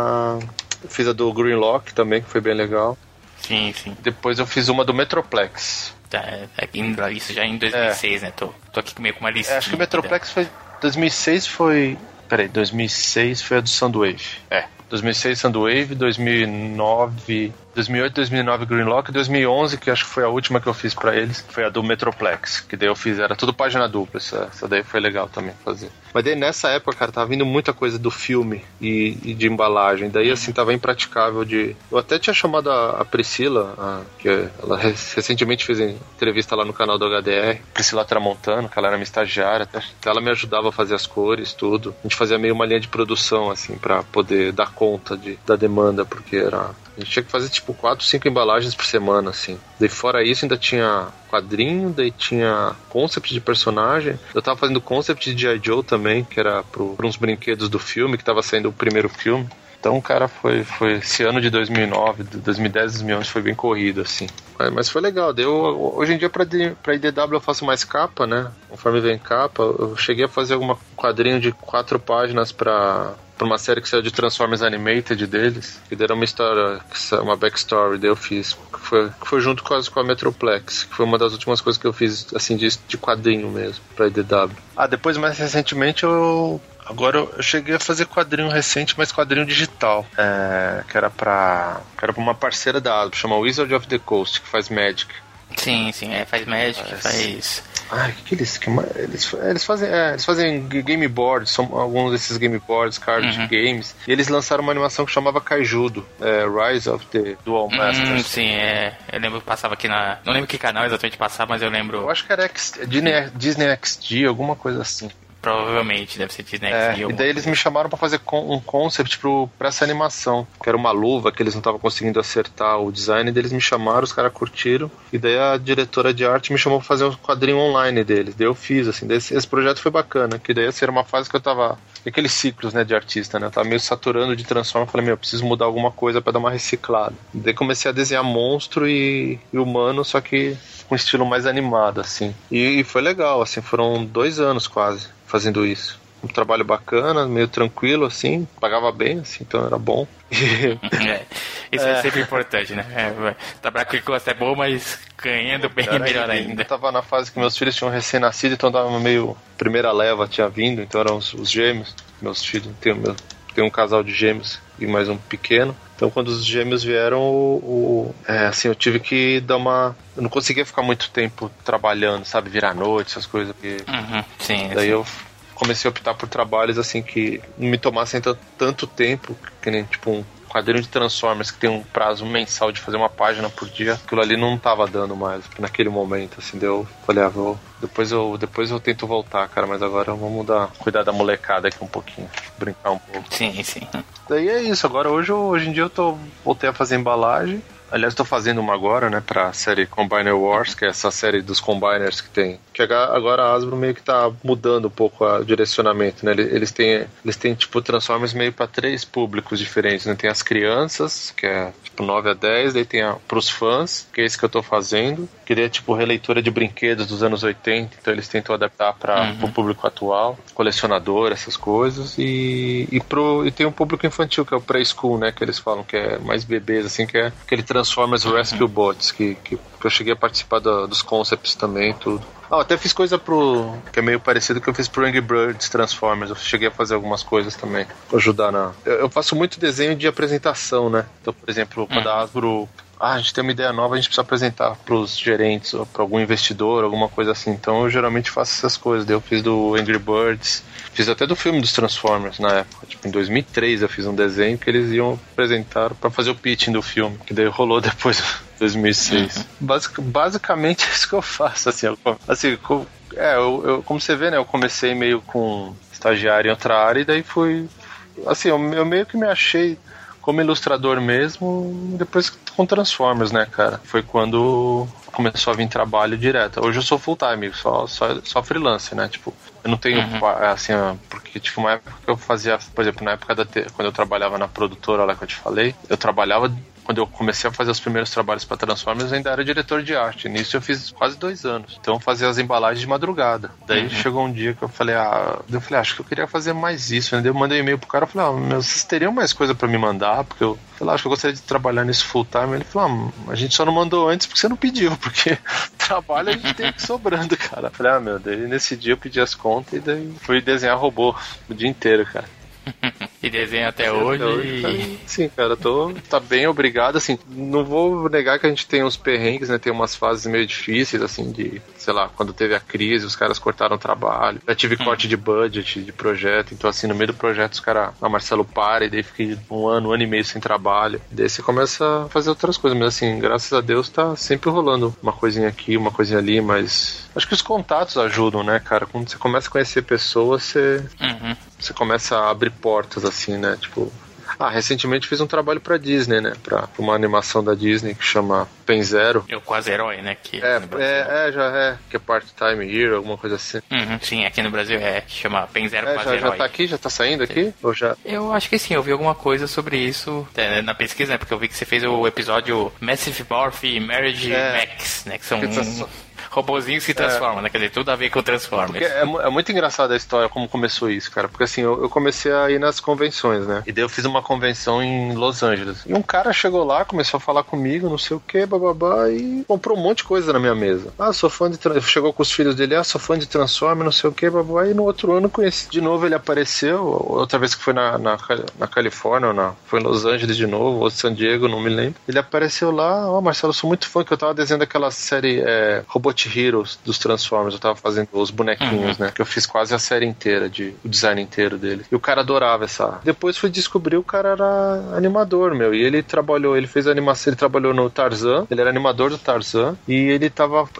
a do Greenlock também, que foi bem legal. Sim. Depois eu fiz uma do Metroplex. Isso já em 2006, né? Tô aqui meio com uma lista. Acho que o Metroplex foi... 2006 foi a do Soundwave. 2006 Soundwave, 2008, 2009 Greenlock, 2011, que acho que foi a última que eu fiz pra eles, foi a do Metroplex, que daí eu fiz, era tudo página dupla, essa daí foi legal também fazer. Mas daí nessa época, cara, tava vindo muita coisa do filme e de embalagem, daí assim, tava impraticável eu até tinha chamado a Priscila, que ela recentemente fez entrevista lá no canal do HDR, Priscila Tramontano, que ela era minha estagiária, até ela me ajudava a fazer as cores, tudo. A gente fazia meio uma linha de produção, assim, pra poder dar conta da demanda, porque a gente tinha que fazer tipo 4, 5 embalagens por semana, assim. Daí fora isso ainda tinha quadrinho, daí tinha concept de personagem. Eu tava fazendo concept de G.I. Joe também, que era pra uns brinquedos do filme, que tava saindo o primeiro filme. Então, cara, foi esse ano de 2009, 2010, 2011 foi bem corrido, assim. Mas foi legal. Hoje em dia, pra IDW eu faço mais capa, né? Conforme vem capa, eu cheguei a fazer algum quadrinho de 4 páginas pra uma série que saiu de Transformers Animated deles, que deram uma história, uma backstory, daí eu fiz, que foi junto com a Metroplex, que foi uma das últimas coisas que eu fiz, assim, de quadrinho mesmo, pra IDW. Depois, mais recentemente, agora eu cheguei a fazer quadrinho recente, mas quadrinho digital, que era pra uma parceira da Hasbro, chama Wizard of the Coast, que faz Magic. Sim, faz Magic, faz... Eles fazem game boards, são alguns desses game boards, card games, e eles lançaram uma animação que chamava Kaijudo, Rise of the Dual Masters. Sim, eu lembro que passava aqui não lembro que canal exatamente passava, mas eu lembro... Eu acho que era Disney XD, alguma coisa assim. Provavelmente, deve ser Disney. E daí eles me chamaram pra fazer um concept pra essa animação, que era uma luva que eles não estavam conseguindo acertar o design, daí eles me chamaram, os caras curtiram, e daí a diretora de arte me chamou pra fazer um quadrinho online deles, daí eu fiz, assim, daí esse projeto foi bacana, que daí assim, era uma fase que eu tava, aqueles ciclos, né, de artista, né, eu tava meio saturando de Transformers, falei, preciso mudar alguma coisa pra dar uma reciclada. Daí comecei a desenhar monstro e humano, só que com um estilo mais animado, assim, e foi legal, assim, foram 2 anos quase fazendo isso. Um trabalho bacana, meio tranquilo, assim, pagava bem, assim, então era bom. Isso é sempre importante, né? Trabalhar com o que gosta é bom, mas Ganhando bem melhor ainda. Eu tava na fase que meus filhos tinham recém-nascido, então tava meio... Primeira leva tinha vindo, então eram os gêmeos. Meus filhos, tem um casal de gêmeos e mais um pequeno. Então quando os gêmeos vieram, assim, eu tive que dar uma... Eu não conseguia ficar muito tempo trabalhando, sabe? Virar noite, essas coisas. Porque... Sim. Daí eu comecei a optar por trabalhos assim que não me tomassem tanto tempo, que nem tipo um quadrinho de Transformers que tem um prazo mensal de fazer uma página por dia. Aquilo ali não tava dando mais naquele momento, assim. Deu, falei, depois eu tento voltar, cara, mas agora vamos cuidar da molecada aqui um pouquinho, brincar um pouco. Sim. Daí é isso, agora hoje em dia eu voltei a fazer embalagem. Aliás, estou fazendo uma agora, né, pra série Combiner Wars, que é essa série dos Combiners que tem. Que agora a Hasbro meio que tá mudando um pouco o direcionamento, né? Eles têm tipo, Transformers meio pra 3 públicos diferentes, né? Tem as crianças, que é tipo 9 a 10, daí tem pros fãs, que é esse que eu tô fazendo, que é tipo releitura de brinquedos dos anos 80, então eles tentam adaptar pro público atual, colecionador, essas coisas, e tem um público infantil, que é o preschool, né, que eles falam que é mais bebês, assim, que é aquele Transformers Rescue Bots, que eu cheguei a participar dos concepts também, tudo. Até fiz coisa que é meio parecido que eu fiz pro Angry Birds Transformers. Eu cheguei a fazer algumas coisas também pra ajudar eu faço muito desenho de apresentação, né? Então, por exemplo, quando a Hasbro... a gente tem uma ideia nova, a gente precisa apresentar pros gerentes ou pra algum investidor, alguma coisa assim. Então eu geralmente faço essas coisas. Daí eu fiz do Angry Birds, fiz até do filme dos Transformers na época. Tipo, em 2003 eu fiz um desenho que eles iam apresentar pra fazer o pitching do filme, que daí rolou depois, 2006. Basicamente é isso que eu faço, assim. Como você vê, né, eu comecei meio com estagiário em outra área e daí fui... Assim, eu meio que me achei como ilustrador mesmo, depois com Transformers, né, cara? Foi quando começou a vir trabalho direto. Hoje eu sou full time, só freelance, né? Tipo, eu não tenho, assim, porque tipo, uma época que eu fazia, por exemplo, na época quando eu trabalhava na produtora lá que eu te falei, eu trabalhava... Quando eu comecei a fazer os primeiros trabalhos para Transformers, eu ainda era diretor de arte. Nisso eu fiz quase 2 anos. Então eu fazia as embalagens de madrugada. Daí chegou um dia que eu falei, acho que eu queria fazer mais isso. Né? Daí eu mandei um e-mail pro cara, eu falei, vocês teriam mais coisa para me mandar? Porque eu, sei lá, acho que eu gostaria de trabalhar nisso full time. Ele falou, a gente só não mandou antes porque você não pediu, porque trabalho a gente tem que sobrando, cara. Eu falei, daí nesse dia eu pedi as contas e daí fui desenhar robô o dia inteiro, cara. E desenha até hoje. Sim, cara, tá bem, obrigado. Assim, não vou negar que a gente tem uns perrengues, né? Tem umas fases meio difíceis, assim, de, sei lá, quando teve a crise, os caras cortaram o trabalho. Já tive corte de budget, de projeto. Então, assim, no meio do projeto, os caras, Marcelo, para, e daí fiquei um ano e meio sem trabalho. E daí você começa a fazer outras coisas. Mas, assim, graças a Deus, tá sempre rolando uma coisinha aqui, uma coisinha ali, mas acho que os contatos ajudam, né, cara? Quando você começa a conhecer pessoas, você começa a abrir portas, assim, né? Tipo, recentemente fiz um trabalho pra Disney, né? Pra uma animação da Disney que chama Pen Zero. É o Quase Herói, né? Que que é Part-Time Hero, alguma coisa assim. Sim, aqui no Brasil que chama Pen Zero Quase Herói. Já tá aqui? Já tá saindo aqui? Ou já? Eu acho que sim, eu vi alguma coisa sobre isso na pesquisa, né? Porque eu vi que você fez o episódio Massive Morph e Marriage Max, né? Que são... robozinho se transforma, né? Quer dizer, tudo a ver com o Transformers. É muito engraçada a história, como começou isso, cara. Porque assim, eu comecei a ir nas convenções, né? E daí eu fiz uma convenção em Los Angeles. E um cara chegou lá, começou a falar comigo, não sei o que, bababá, e comprou um monte de coisa na minha mesa. Sou fã de Transformers. Chegou com os filhos dele, sou fã de Transformers, não sei o que, bababá. E no outro ano conheci. De novo ele apareceu, outra vez que foi na Califórnia, foi em Los Angeles de novo, ou San Diego, não me lembro. Ele apareceu lá, Marcelo, eu sou muito fã, que eu tava desenhando aquela série Robot Heroes dos Transformers, eu tava fazendo os bonequinhos, né? Que eu fiz quase a série inteira, o design inteiro dele. E o cara adorava essa. Depois fui descobrir o cara era animador, meu. E ele fez animação, ele trabalhou no Tarzan, ele era animador do Tarzan, e ele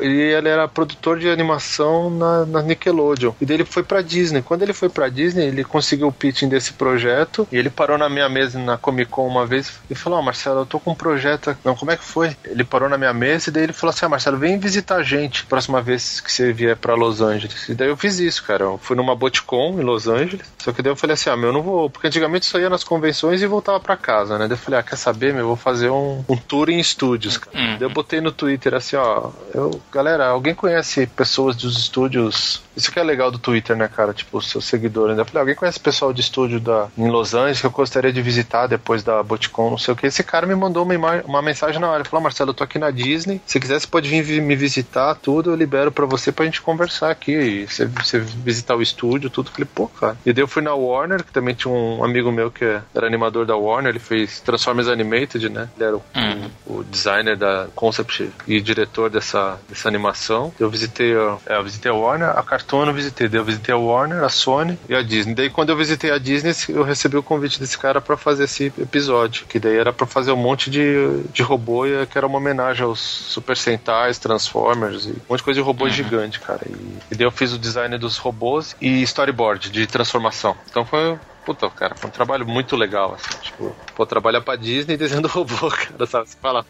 era produtor de animação na Nickelodeon. E daí ele foi pra Disney. Quando ele foi pra Disney, ele conseguiu o pitching desse projeto, e ele parou na minha mesa na Comic Con uma vez e falou, Marcelo, eu tô com um projeto. Não, como é que foi? Ele parou na minha mesa e daí ele falou assim, Marcelo, vem visitar a gente gente próxima vez que você vier pra Los Angeles. E daí eu fiz isso, cara. Eu fui numa BotCon em Los Angeles. Só que daí eu falei assim, eu não vou... Porque antigamente eu só ia nas convenções e voltava pra casa, né? Daí eu falei, quer saber, eu vou fazer um tour em estúdios, cara. Daí eu botei no Twitter assim, galera, alguém conhece pessoas dos estúdios... Isso que é legal do Twitter, né, cara? Tipo, os seus seguidores. Eu falei, alguém conhece pessoal de estúdio em Los Angeles que eu gostaria de visitar depois da BotCon, não sei o que. Esse cara me mandou uma mensagem na hora. Ele falou, Marcelo, eu tô aqui na Disney. Se quiser, você pode vir me visitar, tudo. Eu libero pra você pra gente conversar aqui. E você visitar o estúdio, tudo. Eu falei, pô, cara. E daí eu fui na Warner, que também tinha um amigo meu que era animador da Warner. Ele fez Transformers Animated, né? Ele era o designer da concept e diretor dessa animação. Eu visitei a Warner, a Cartoon eu não visitei. Daí eu visitei a Warner, a Sony e a Disney. Daí quando eu visitei a Disney, eu recebi o convite desse cara pra fazer esse episódio, que daí era pra fazer um monte de robô, que era uma homenagem aos Super Sentais, Transformers, e um monte de coisa de robô gigante, cara. E daí eu fiz o design dos robôs e storyboard de transformação. Então foi um trabalho muito legal, assim, tipo, trabalhar pra Disney desenhando robô, cara, sabe? Você fala,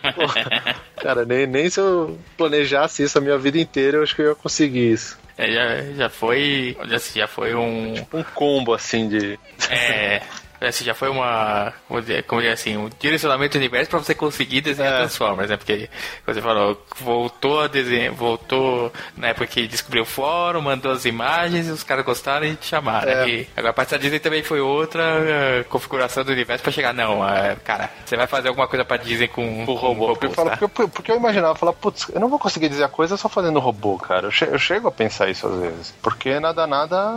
cara, nem se eu planejasse isso a minha vida inteira, eu acho que eu ia conseguir isso. Já foi um... Tipo um combo, assim, de... Esse já foi como dizer assim, um direcionamento do universo pra você conseguir desenhar Transformers, né? Porque, como você falou, voltou na época que descobriu o fórum, mandou as imagens, e os caras gostaram e te chamaram. E agora a partir da Disney também foi outra configuração do universo pra chegar, cara, você vai fazer alguma coisa pra Disney com o robô. Porque eu imaginava, putz, eu não vou conseguir dizer a coisa só fazendo robô, cara. Eu chego a pensar isso às vezes. Porque nada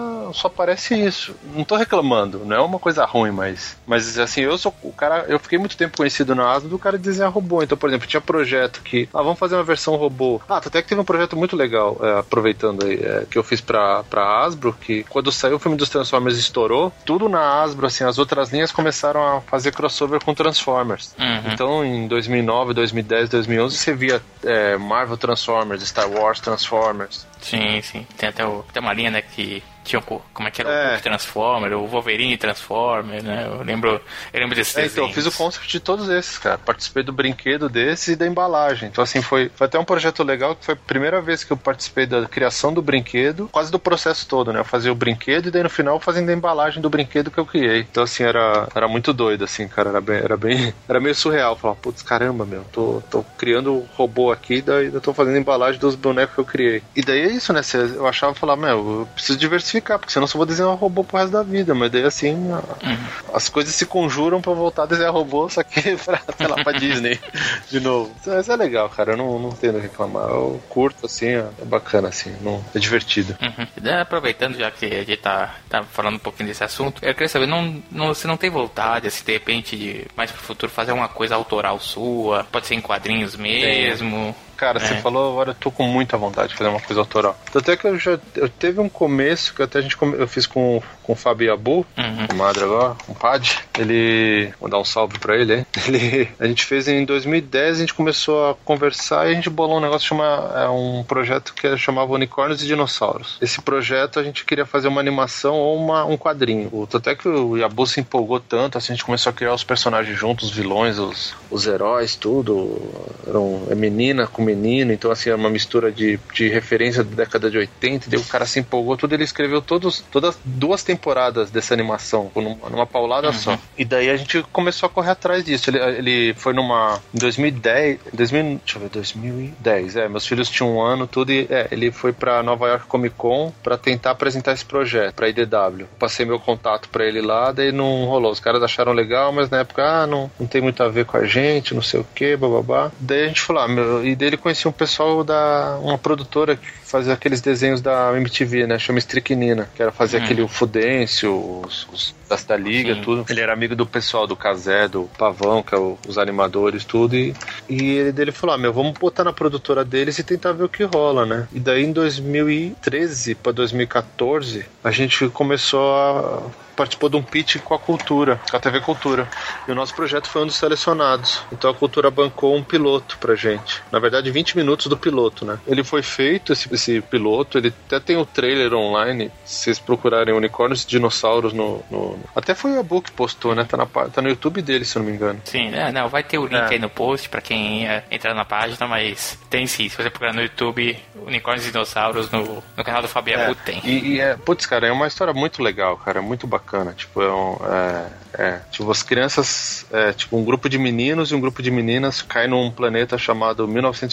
só parece isso. Não tô reclamando, não é uma coisa ruim, mas assim, eu sou o cara, eu fiquei muito tempo conhecido na Hasbro do cara desenhar robô. Então, por exemplo, tinha projeto que, vamos fazer uma versão robô. Até que teve um projeto muito legal, aproveitando aí, que eu fiz pra Hasbro, que quando saiu o filme dos Transformers estourou, tudo na Hasbro, assim, as outras linhas começaram a fazer crossover com Transformers. Então, em 2009, 2010, 2011, você via Marvel Transformers, Star Wars Transformers. Sim. Tem uma linha, né, que tinha como é que era o Hulk Transformer, o Wolverine Transformer, né? Eu lembro desses desenhos. Então, eu fiz o concept de todos esses, cara. Participei do brinquedo desses e da embalagem. Então, assim, foi até um projeto legal, que foi a primeira vez que eu participei da criação do brinquedo, quase do processo todo, né? Eu fazia o brinquedo e daí no final fazendo a embalagem do brinquedo que eu criei. Então, assim, era muito doido, assim, cara. Era meio surreal. Falar, putz, caramba, tô criando um robô aqui, daí eu tô fazendo a embalagem dos bonecos que eu criei. E daí é isso, né? Eu achava, eu preciso diversificar, porque senão eu só vou desenhar um robô pro resto da vida. Mas daí, assim, as coisas se conjuram pra voltar a desenhar robô, só que pra Disney de novo. Isso é legal, cara. Eu não tenho o que reclamar. Eu curto, assim, é bacana, assim. É divertido. Aproveitando, já que a gente tá falando um pouquinho desse assunto, eu queria saber, você não tem vontade, assim, de repente, mais pro futuro, fazer uma coisa autoral sua? Pode ser em quadrinhos mesmo? Cara, você falou, agora eu tô com muita vontade de fazer uma coisa autoral. Até que eu teve um começo que até eu fiz com o Fábio Abu, o Madre agora, um Pad. Vou dar um salve pra ele, hein? A gente fez em 2010, a gente começou a conversar e a gente bolou um negócio um projeto que chamava Unicórnios e Dinossauros. Esse projeto a gente queria fazer uma animação ou um quadrinho. Até que o Yabu se empolgou tanto, assim, a gente começou a criar os personagens juntos, os vilões, os heróis, tudo. É menina com menino, então assim, é uma mistura de referência da década de 80, e daí o cara se empolgou tudo, ele escreveu todas 2 temporadas dessa animação, numa paulada só. E daí a gente começou a correr atrás disso. Ele foi em 2010, meus filhos tinham 1 ano, tudo, e ele foi pra Nova York Comic Con pra tentar apresentar esse projeto, pra IDW. Passei meu contato pra ele lá, daí não rolou. Os caras acharam legal, mas na época, não tem muito a ver com a gente, não sei o que, bababá. Daí a gente falou, e daí ele conheci um pessoal uma produtora que fazia aqueles desenhos da MTV, né? Chama Estricnina, que era fazer aquele Fudêncio, os da Liga, tudo. Ele era amigo do pessoal, do Cazé, do Pavão, que é os animadores, tudo. E ele falou, vamos botar na produtora deles e tentar ver o que rola, né? E daí em 2013 pra 2014, a gente começou a participou de um pitch com a Cultura, com a TV Cultura. E o nosso projeto foi um dos selecionados. Então a Cultura bancou um piloto pra gente. Na verdade, 20 minutos do piloto, né? Ele foi feito, esse piloto, ele até tem o trailer online. Se vocês procurarem Unicórnios e Dinossauros Até foi o Abu que postou, né? Tá no YouTube dele, se eu não me engano. Sim, não, vai ter o link aí no post pra quem entrar na página, mas tem sim. Se você procurar no YouTube Unicórnios e Dinossauros, no canal do Fábio Abu tem. Putz, cara, é uma história muito legal, cara. É muito bacana. Tipo, tipo, as crianças, tipo, um grupo de meninos e um grupo de meninas cai num planeta chamado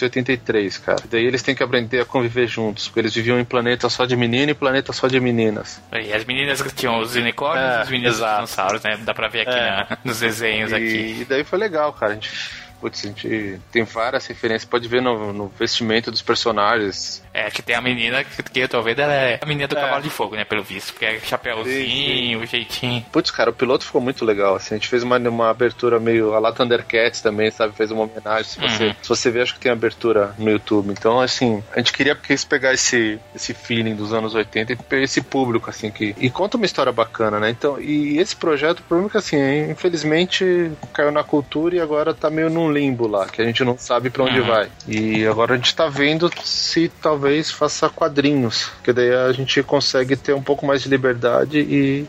1983, cara. Daí eles têm que aprender a conviver juntos, porque eles viviam em planeta só de menino e planeta só de meninas. E as meninas que tinham os unicórnios e os meninos dinossauros, né? Dá pra ver aqui nos desenhos aqui. E daí foi legal, cara. A gente tem várias referências, pode ver no vestimento dos personagens. Que tem a menina que eu tô vendo, ela é a menina do Cavalo de Fogo, né, pelo visto, porque é chapéuzinho, o jeitinho. Putz, cara, o piloto ficou muito legal, assim, a gente fez uma abertura meio a lá Thundercats também, sabe, fez uma homenagem, se você ver, acho que tem abertura no YouTube, então, assim, a gente queria pegar esse feeling dos anos 80 e pegar esse público, assim, e conta uma história bacana, né, então, e esse projeto, o problema é que, assim, infelizmente, caiu na Cultura e agora tá meio num limbo lá, que a gente não sabe pra onde vai, e agora a gente tá vendo se talvez faça quadrinhos, que daí a gente consegue ter um pouco mais de liberdade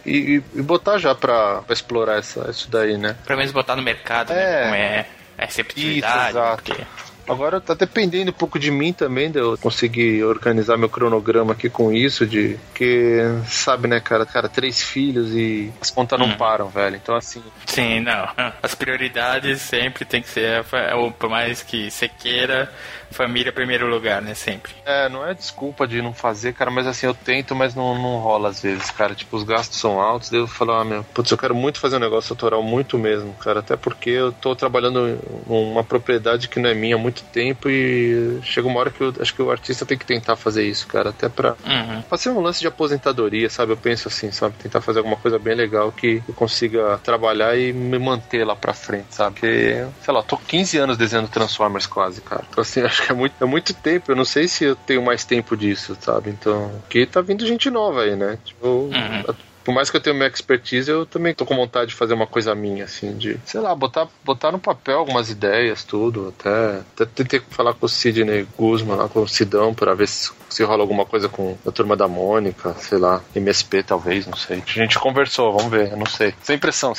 e botar já pra explorar isso daí, né? Pelo menos botar no mercado, né? Como é receptividade. Isso, exato. Porque... Agora tá dependendo um pouco de mim também, de eu conseguir organizar meu cronograma aqui com isso, porque, sabe, né, cara, 3 filhos e as contas não param, velho, então assim... Sim, não, as prioridades sempre tem que ser, por mais que você queira, família em primeiro lugar, né, sempre. Não é desculpa de não fazer, cara, mas assim, eu tento, mas não rola às vezes, cara, tipo, os gastos são altos, daí eu falo, putz, eu quero muito fazer um negócio autoral, muito mesmo, cara, até porque eu tô trabalhando numa propriedade que não é minha há muito tempo e chega uma hora que eu acho que o artista tem que tentar fazer isso, cara, até pra ser um lance de aposentadoria, sabe, eu penso assim, sabe, tentar fazer alguma coisa bem legal que eu consiga trabalhar e me manter lá pra frente, sabe, porque, sei lá, tô 15 anos desenhando Transformers quase, cara, então assim, acho que é muito tempo, eu não sei se eu tenho mais tempo disso, sabe, então, porque tá vindo gente nova aí, né, tipo, por mais que eu tenha minha expertise, eu também tô com vontade de fazer uma coisa minha, assim, de, sei lá, botar no papel algumas ideias, tudo, até tentei falar com o Sidney Guzman, lá com o Sidão, pra ver se rola alguma coisa com a Turma da Mônica, sei lá, MSP talvez, não sei. A gente conversou, vamos ver, eu não sei. Sem pressão.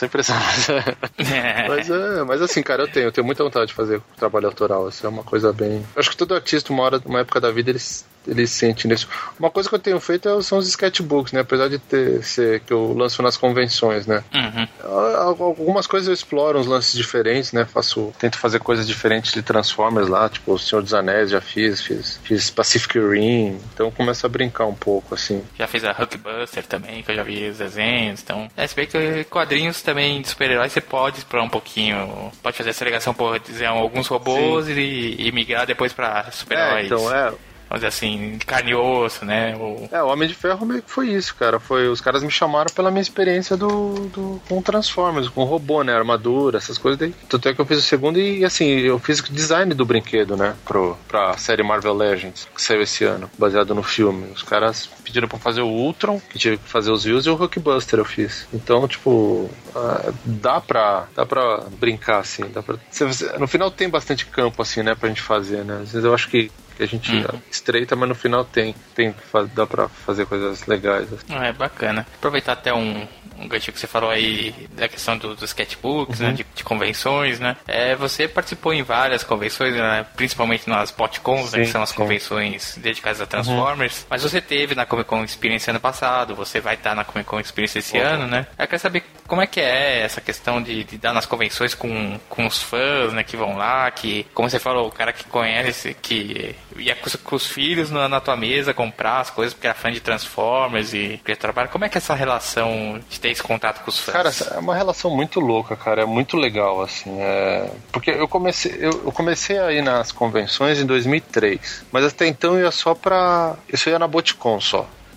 Mas assim, cara, eu tenho muita vontade de fazer trabalho autoral, isso é uma coisa bem... Acho que todo artista, uma época da vida, ele sente nisso. Uma coisa que eu tenho feito são os sketchbooks, né, apesar de ser que eu lanço nas convenções, né. Algumas coisas eu exploro uns lances diferentes, né, tento fazer coisas diferentes de Transformers lá, tipo o Senhor dos Anéis, já fiz Pacific Rim, então eu começo a brincar um pouco, assim. Já fiz a Hulkbuster também, que eu já vi os desenhos, então... se bem que quadrinhos também de super-heróis você pode explorar um pouquinho, pode fazer essa ligação por dizer alguns robôs e migrar depois pra super-heróis. Então vamos dizer assim, carne e osso, né? O Homem de Ferro meio que foi isso, cara. Os caras me chamaram pela minha experiência com Transformers, com robô, né? Armadura, essas coisas daí. Tanto é que eu fiz o segundo e, assim, eu fiz o design do brinquedo, né? Pra série Marvel Legends, que saiu esse ano, baseado no filme. Os caras pediram pra fazer o Ultron, que tive que fazer os views, e o Hulkbuster eu fiz. Então, tipo, dá pra brincar, assim. No final tem bastante campo, assim, né? Pra gente fazer, né? Às vezes eu acho que a gente estreita, mas no final dá pra fazer coisas legais. É bacana. Aproveitar até um gancho que você falou aí da questão dos sketchbooks, né, de convenções, né? Você participou em várias convenções, né, principalmente nas PotCons, né, que são as convenções dedicadas a Transformers, mas você teve na Comic Con Experience ano passado, você vai estar na Comic Con Experience esse ano, né? Eu quero saber como é que é essa questão de dar nas convenções com os fãs, né, que vão lá, que, como você falou, o cara que conhece, que ia com os filhos na tua mesa comprar as coisas porque era fã de Transformers e queria trabalhar. Como é que é essa relação de ter esse contato com os fãs? Cara, é uma relação muito louca, cara. É muito legal, assim. Porque eu comecei a ir nas convenções em 2003, mas até então eu ia só pra... Isso ia na BotCon só.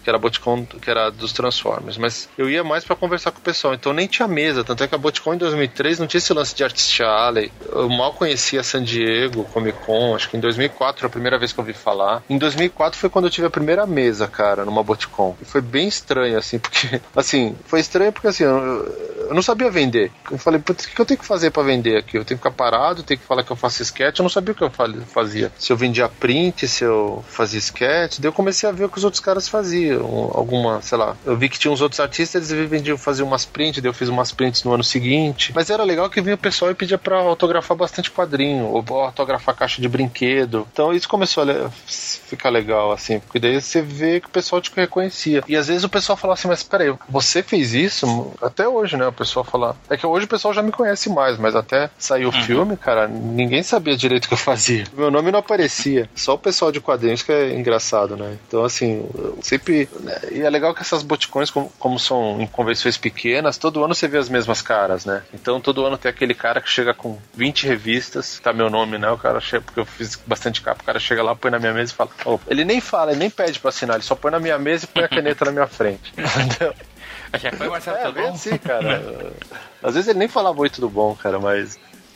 que era a BotCon, que era dos Transformers, mas eu ia mais pra conversar com o pessoal, então nem tinha mesa, tanto é que a BotCon em 2003 não tinha esse lance de Artist Alley, eu mal conhecia San Diego, Comic Con, acho que em 2004 foi a primeira vez que eu ouvi falar. Em 2004 foi quando eu tive a primeira mesa, cara, numa BotCon, e foi bem estranho, assim, porque, assim, foi estranho porque, assim, eu não sabia vender, eu falei, putz, o que eu tenho que fazer pra vender aqui? Eu tenho que ficar parado, tenho que falar que eu faço sketch, eu não sabia o que eu fazia, se eu vendia print, se eu fazia sketch, daí eu comecei a ver o que os outros caras faziam, alguma, sei lá, eu vi que tinha uns outros artistas, eles faziam umas prints, daí eu fiz umas prints no ano seguinte, mas era legal que vinha o pessoal e pedia pra autografar bastante quadrinho, ou autografar caixa de brinquedo, então isso começou a ficar legal, assim, porque daí você vê que o pessoal te reconhecia, e às vezes o pessoal falava assim, mas peraí, você fez isso? Até hoje, né, o pessoal fala, é que hoje o pessoal já me conhece mais, mas até sair o filme, cara, ninguém sabia direito o que eu fazia, meu nome não aparecia, só o pessoal de quadrinhos que é engraçado, né, então assim, eu sempre, né, e é legal que essas boticões, como são em convenções pequenas, todo ano você vê as mesmas caras, né, então todo ano tem aquele cara que chega com 20 revistas, tá meu nome, né, o cara chega, porque eu fiz bastante capa, o cara chega lá, põe na minha mesa e fala, ele nem fala, ele nem pede pra assinar, ele só põe na minha mesa e põe a caneta na minha frente, entendeu? Já foi, Marcelo, tudo bem bom? assim, cara. Às vezes ele nem falava oi, tudo bom, cara, mas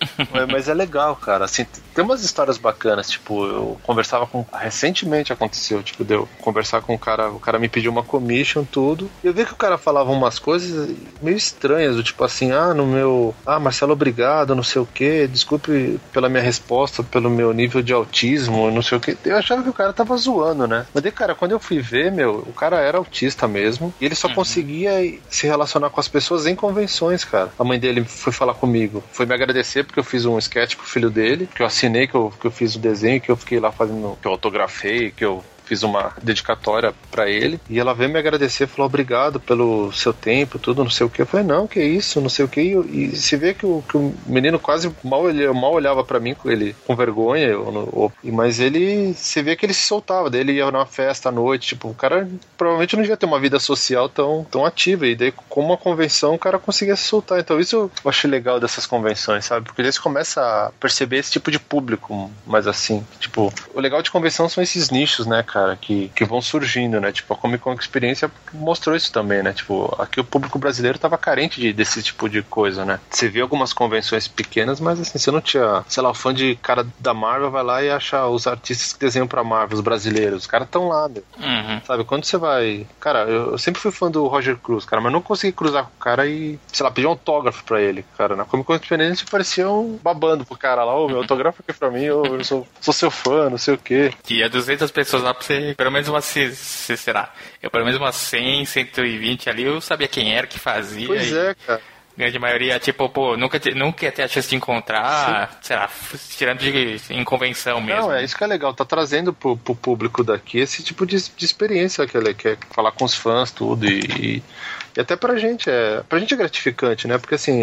é legal, cara. Assim, tem umas histórias bacanas. Tipo, eu conversava com. Recentemente aconteceu, tipo, deu conversar com o cara me pediu uma commission, tudo. E eu vi que o cara falava umas coisas meio estranhas, do tipo assim, Marcelo, obrigado, não sei o que, desculpe pela minha resposta, pelo meu nível de autismo, não sei o que. Eu achava que o cara tava zoando, né? Mas daí, cara, quando eu fui ver, o cara era autista mesmo, e ele só conseguia se relacionar com as pessoas em convenções, cara. A mãe dele foi falar comigo, foi me agradecer porque eu fiz um sketch pro filho dele, que eu assinei, que eu fiz o desenho, que eu fiquei lá fazendo, que eu autografei, que eu fiz uma dedicatória pra ele, e ela veio me agradecer, falou obrigado pelo seu tempo, tudo, não sei o que. Eu falei, não, que isso, não sei o que. E se vê que o menino quase mal olhava pra mim, ele com vergonha, mas ele, se vê que ele se soltava, daí ele ia numa festa à noite, tipo, o cara provavelmente não devia ter uma vida social tão ativa, e daí com uma convenção o cara conseguia se soltar. Então isso eu achei legal dessas convenções, sabe? Porque daí você começa a perceber esse tipo de público, mas assim, tipo, o legal de convenção são esses nichos, né, cara, que vão surgindo, né? Tipo, a Comic Con Experiência mostrou isso também, né? Tipo, aqui o público brasileiro tava carente desse tipo de coisa, né? Você vê algumas convenções pequenas, mas assim, você não tinha, sei lá, o fã de cara da Marvel vai lá e acha os artistas que desenham pra Marvel, os brasileiros, os caras tão lá, meu. Sabe? Quando você vai... Cara, eu sempre fui fã do Roger Cruz, cara, mas não consegui cruzar com o cara e, sei lá, pedir um autógrafo pra ele, cara. Na Comic Con Experiência parecia babando pro cara lá, meu autógrafo aqui pra mim, eu sou seu fã, não sei o quê. Tinha 200 pessoas lá pra você, pelo menos umas, será? Pelo menos umas 100, 120 ali, eu sabia quem era, que fazia. Pois é, cara. Grande maioria, tipo, nunca ia ter a chance de encontrar, sim, sei lá, tirando em convenção mesmo. Não, é isso que é legal, tá trazendo pro público daqui esse tipo de experiência que ele quer falar com os fãs, tudo, e até pra gente é gratificante, né? Porque assim,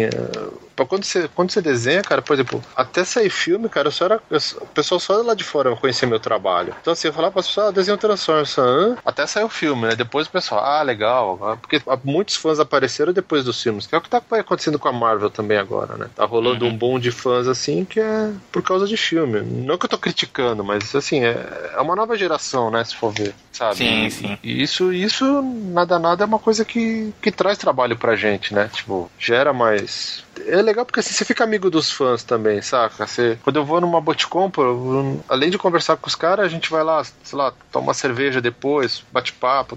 quando você desenha, cara, por exemplo, até sair filme, cara, o pessoal só lá de fora conhecia meu trabalho. Então assim, eu falava para as pessoas, desenho Transformers, até sair o filme, né? Depois o pessoal, legal, porque muitos fãs apareceram depois dos filmes, que é o que tá acontecendo com a Marvel também agora, né? Tá rolando um boom de fãs assim, que é por causa de filme. Não que eu tô criticando, mas assim, é uma nova geração, né? Se for ver, sabe? Sim, sim. E isso nada é uma coisa que traz trabalho pra gente, né? Tipo, gera mais... É legal porque assim, você fica amigo dos fãs também, saca? Quando eu vou numa BotCon, além de conversar com os caras, a gente vai lá, sei lá, toma uma cerveja depois, bate papo,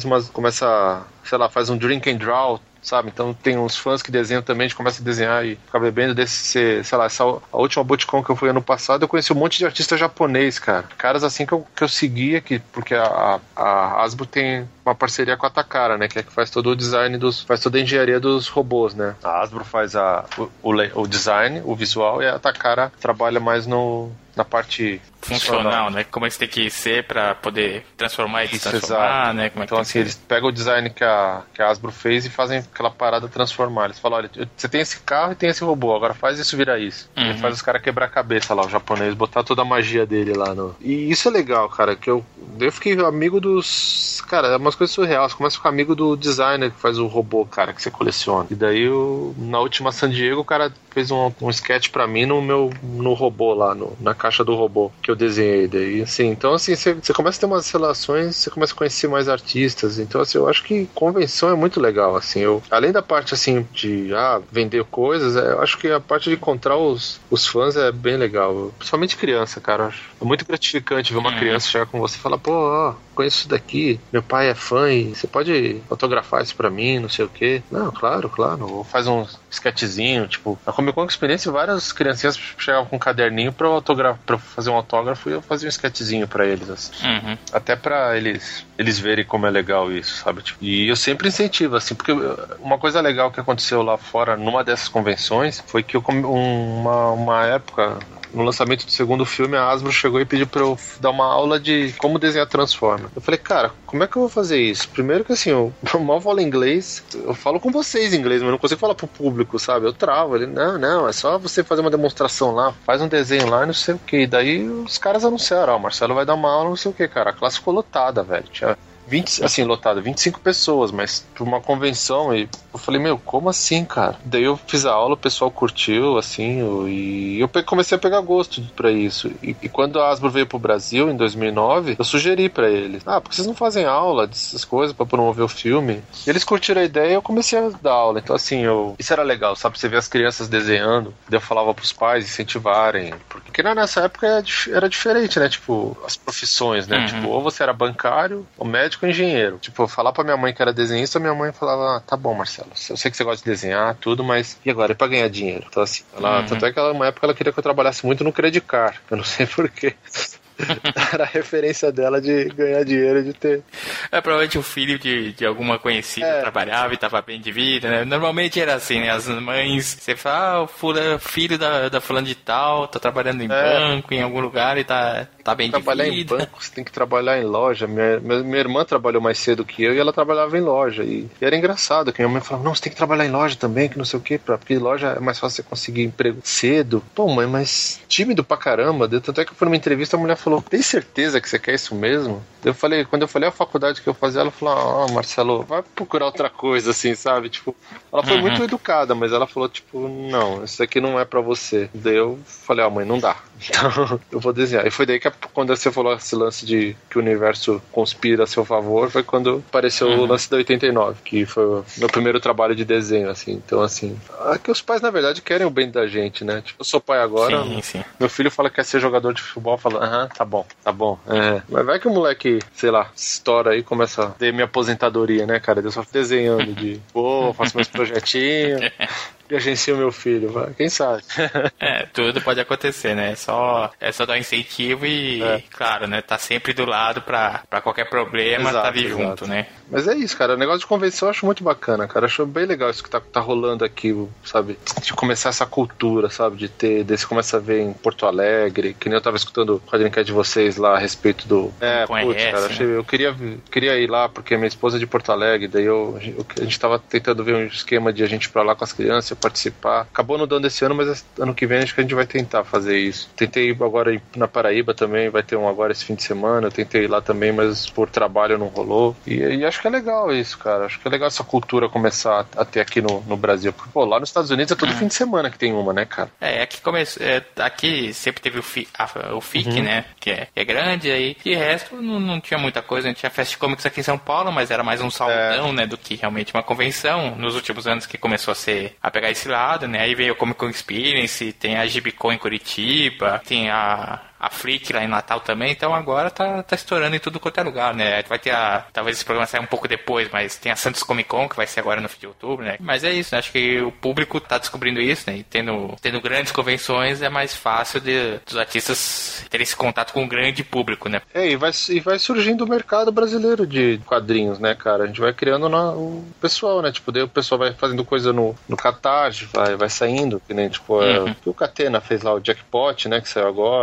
faz um drink and draw, sabe? Então tem uns fãs que desenham também, a gente começa a desenhar e ficar bebendo sei lá, a última BotCon que eu fui ano passado, eu conheci um monte de artista japonês, cara. Caras assim que eu seguia, porque a Hasbro tem uma parceria com a Takara, né? Que é que faz todo o design faz toda a engenharia dos robôs, né? A Hasbro faz o design, o visual, e a Takara trabalha mais na parte funcional, né? Como é que tem que ser pra poder transformar e transformar, né? Como é que então, assim, eles pegam o design que a Hasbro fez e fazem aquela parada transformar. Eles falam, olha, você tem esse carro e tem esse robô, agora faz isso virar isso. Ele faz os caras quebrar a cabeça lá, o japonês, botar toda a magia dele lá no... E isso é legal, cara, que eu fiquei amigo dos... Cara, é umas coisas surreais. Você começa a ficar amigo do designer que faz o robô, cara, que você coleciona. E daí, na última San Diego, o cara fez um sketch pra mim no robô lá, na caixa do robô que eu desenhei. Daí, assim, então, assim, você começa a ter umas relações, você começa a conhecer mais artistas. Então, assim, eu acho que convenção é muito legal, assim. Além da parte, assim, de vender coisas, eu acho que a parte de encontrar os fãs é bem legal. Principalmente criança, cara. É muito gratificante ver uma criança chegar com você e falar, pô, conheço isso daqui, meu pai é fã e você pode autografar isso pra mim, não sei o quê. Não, claro. Ou faz um sketchzinho, tipo, na Comic Con Experience várias criancinhas chegavam com um caderninho pra fazer um autógrafo e eu fazia um sketchzinho pra eles, assim. Até pra eles verem como é legal isso, sabe? Tipo, e eu sempre incentivo, assim, porque uma coisa legal que aconteceu lá fora, numa dessas convenções, foi que uma época, no lançamento do segundo filme, a Hasbro chegou e pediu pra eu dar uma aula de como desenhar Transformers. Eu falei, cara, como é que eu vou fazer isso? Primeiro que assim, eu mal falo inglês, eu falo com vocês em inglês, mas não consigo falar pro público, sabe? Eu travo. Ele, não, é só você fazer uma demonstração lá, faz um desenho lá, não sei o que. E daí os caras anunciaram, o Marcelo vai dar uma aula, não sei o que, cara. A classe ficou lotada, velho. Tinha 25 pessoas, mas pra uma convenção, e eu falei, como assim, cara? Daí eu fiz a aula, o pessoal curtiu, assim, e eu comecei a pegar gosto pra isso. E quando a Hasbro veio pro Brasil, em 2009, eu sugeri pra eles, porque vocês não fazem aula dessas coisas pra promover o filme? E eles curtiram a ideia e eu comecei a dar aula. Então, assim, isso era legal, sabe? Você vê as crianças desenhando, daí eu falava pros pais incentivarem, porque nessa época era diferente, né? Tipo, as profissões, né? Tipo, ou você era bancário, ou médico, engenheiro. Tipo, eu falar pra minha mãe que era desenhista, minha mãe falava, tá bom, Marcelo, eu sei que você gosta de desenhar, tudo, mas e agora? É pra ganhar dinheiro? Então, assim, tanto é que uma época ela queria que eu trabalhasse muito no Credit Card. Eu não sei porquê. Era a referência dela de ganhar dinheiro, de ter... Provavelmente o filho de alguma conhecida trabalhava e tava bem de vida, né? Normalmente era assim, né? As mães, você fala, o filho da fulana de tal, tá trabalhando em banco, em algum lugar e tá bem de vida. Trabalhar em banco, você tem que trabalhar em loja. Minha irmã trabalhou mais cedo que eu e ela trabalhava em loja. E era engraçado, que minha mãe falava, não, você tem que trabalhar em loja também, que não sei o quê, porque loja é mais fácil você conseguir emprego cedo. Pô, mãe, mas tímido pra caramba. Tanto é que eu fui numa entrevista, a mulher falou, tem certeza que você quer isso mesmo? Quando eu falei a faculdade que eu fazia, ela falou, Marcelo, vai procurar outra coisa, assim, sabe? Tipo, ela foi muito educada, mas ela falou, tipo, não, isso aqui não é pra você. Daí eu falei, mãe, não dá. Então, eu vou desenhar. E foi daí que quando você falou esse lance de que o universo conspira a seu favor, foi quando apareceu o lance da 89, que foi o meu primeiro trabalho de desenho, assim. Então, assim, que os pais, na verdade, querem o bem da gente, né? Tipo, eu sou pai agora, sim. Meu filho fala que quer ser jogador de futebol, fala, tá bom. Mas vai que o moleque, sei lá, estoura aí e começa a ter minha aposentadoria, né, cara? Eu só fico desenhando faço meus projetinhos e agencio meu filho, vai. Quem sabe? Tudo pode acontecer, né? É só dar incentivo e, claro, né? Tá sempre do lado pra qualquer problema, tá vir junto, né? Mas é isso, cara. O negócio de convenção eu acho muito bacana, cara. Eu acho bem legal isso que tá rolando aqui, sabe? De começar essa cultura, sabe? Você começa a ver em Porto Alegre, que nem eu tava escutando o quadrinho de vocês lá a respeito do... cara, eu queria ir lá porque minha esposa é de Porto Alegre, daí a gente tava tentando ver um esquema de a gente ir pra lá com as crianças, participar. Acabou não dando esse ano, mas ano que vem acho que a gente vai tentar fazer isso. Tentei ir agora na Paraíba também, vai ter um agora esse fim de semana, eu tentei ir lá também, mas por trabalho não rolou. E acho que é legal isso, cara. Acho que é legal essa cultura começar a ter aqui no Brasil. Porque, pô, lá nos Estados Unidos é todo fim de semana que tem uma, né, cara? Aqui sempre teve o FIC, né? Que é grande, aí de resto não tinha muita coisa. A gente tinha Fast Comics aqui em São Paulo, mas era mais um salão, né, do que realmente uma convenção. Nos últimos anos que começou a pegar esse lado, né? Aí veio o Comic Con Experience, tem a GibCon em Curitiba, tem a Freak lá em Natal também, então agora tá estourando em tudo quanto é lugar, né? Vai ter talvez esse programa saia um pouco depois, mas tem a Santos Comic Con, que vai ser agora no fim de outubro, né? Mas é isso, né? Acho que o público tá descobrindo isso, né? E tendo grandes convenções é mais fácil dos artistas terem esse contato com o grande público, né? E vai surgindo o mercado brasileiro de quadrinhos, né, cara? A gente vai criando o pessoal, né? Tipo, daí o pessoal vai fazendo coisa no Catarse, vai saindo, que nem, tipo, o que o Catena fez lá, o Jackpot, né, que saiu agora, tá?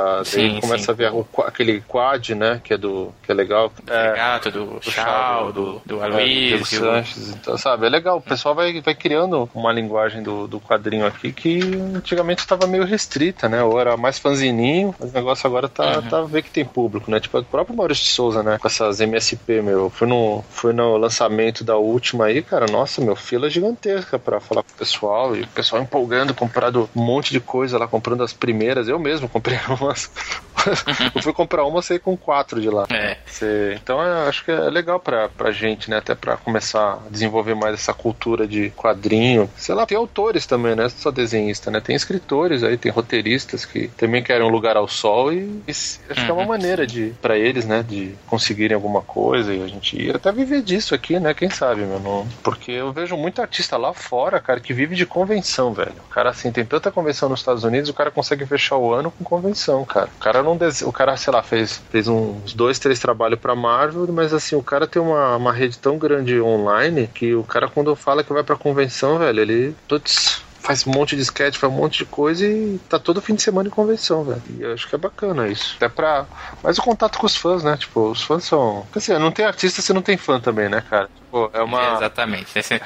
Daí começa a ver aquele quad, né? Que é legal. Do Gato, do Shaw, do Aloysio. Então, sabe, é legal. O pessoal vai criando uma linguagem do quadrinho aqui que antigamente estava meio restrita, né? Ou era mais fanzininho, mas o negócio agora tá vendo que tem público, né? Tipo, o próprio Maurício de Souza, né? Com essas MSP, fui no lançamento da última aí, cara, nossa, fila gigantesca pra falar com o pessoal, e o pessoal empolgando, comprado um monte de coisa lá, comprando as primeiras. Eu mesmo comprei umas. Eu fui comprar uma, saí com 4 de lá. Então eu acho que é legal pra gente, né? Até pra começar a desenvolver mais essa cultura de quadrinho. Sei lá, tem autores também, né? Só desenhista, né? Tem escritores aí, tem roteiristas que também querem um lugar ao sol e acho que é uma maneira pra eles, né? De conseguirem alguma coisa e a gente ir até viver disso aqui, né? Quem sabe, não... Porque eu vejo muito artista lá fora, cara, que vive de convenção, velho. O cara, assim, tem tanta convenção nos Estados Unidos, o cara consegue fechar o ano com convenção, cara. O cara, sei lá, fez uns 2, 3 trabalhos pra Marvel, mas assim, o cara tem uma rede tão grande online que o cara, quando fala que vai pra convenção, velho, ele faz um monte de sketch, faz um monte de coisa e tá todo fim de semana em convenção, velho. E eu acho que é bacana isso. Até mas o contato com os fãs, né? Tipo, os fãs são... Assim, não tem artista se não tem fã também, né, cara? Tipo, é uma... Exatamente.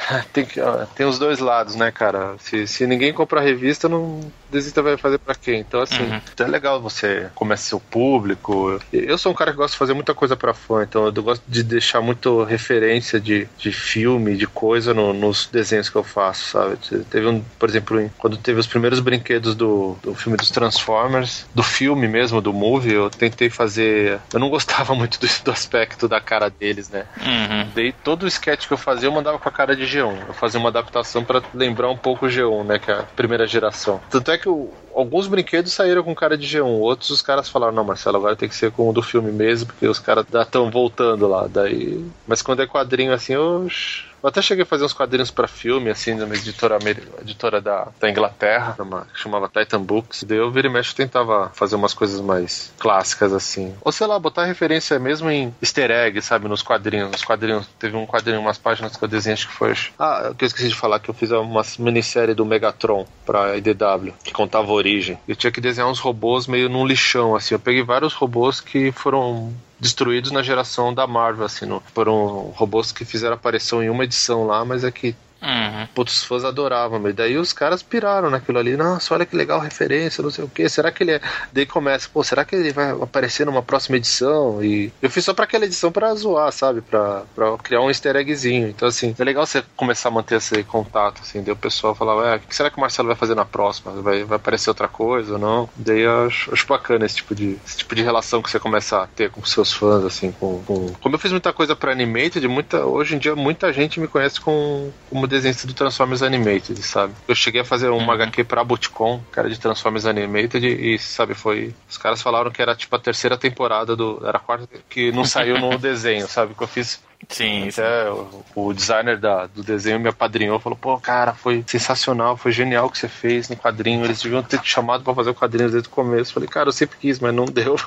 Tem os dois lados, né, cara? Se ninguém comprar revista, não desista, vai fazer pra quem? Então, assim, é legal você começar seu público. Eu sou um cara que gosta de fazer muita coisa pra fã, então eu gosto de deixar muito referência de filme, de coisa nos desenhos que eu faço, sabe? Teve por exemplo, quando teve os primeiros brinquedos do filme dos Transformers, do filme mesmo, do movie, eu tentei fazer... Eu não gostava muito do aspecto da cara deles, né? Daí todo o sketch que eu fazia, eu mandava com a cara de G1. Eu fazia uma adaptação pra lembrar um pouco o G1, né? Que é a primeira geração. Tanto é que alguns brinquedos saíram com cara de G1, outros os caras falaram, não, Marcelo, agora tem que ser com o do filme mesmo, porque os caras estão voltando lá. Daí... Mas quando é quadrinho assim, eu até cheguei a fazer uns quadrinhos pra filme, assim, numa editora da Inglaterra, que chamava Titan Books. Daí eu vira e mexe, tentava fazer umas coisas mais clássicas, assim. Ou sei lá, botar referência mesmo em easter egg, sabe, nos quadrinhos. Teve um quadrinho, umas páginas que eu desenhei, acho que foi... que eu esqueci de falar, que eu fiz uma minissérie do Megatron pra IDW, que contava a origem. Eu tinha que desenhar uns robôs meio num lixão, assim. Eu peguei vários robôs que foram destruídos na geração da Marvel, assim, foram robôs que fizeram aparição em uma edição lá, mas é que os fãs adoravam, mas daí os caras piraram naquilo ali. Nossa, olha que legal referência, não sei o que. Será que ele é... Daí começa, será que ele vai aparecer numa próxima edição? E eu fiz só pra aquela edição pra zoar, sabe? Pra criar um easter eggzinho. Então, assim, é legal você começar a manter esse contato, assim. Daí o pessoal falava, o que será que o Marcelo vai fazer na próxima? Vai aparecer outra coisa ou não? Daí eu acho bacana esse tipo de relação que você começa a ter com seus fãs, assim, como eu fiz muita coisa pra Animated, hoje em dia muita gente me conhece como desenhista do Transformers Animated, sabe? Eu cheguei a fazer uma HQ pra Bootcon, que era de Transformers Animated, e, sabe, os caras falaram que era tipo a terceira temporada era a quarta, que não saiu no desenho, sabe? Que eu fiz. Sim. Até o designer do desenho me apadrinhou, falou, cara, foi sensacional, foi genial o que você fez no quadrinho, eles deviam ter te chamado pra fazer o quadrinho desde o começo. Falei, cara, eu sempre quis, mas não deu.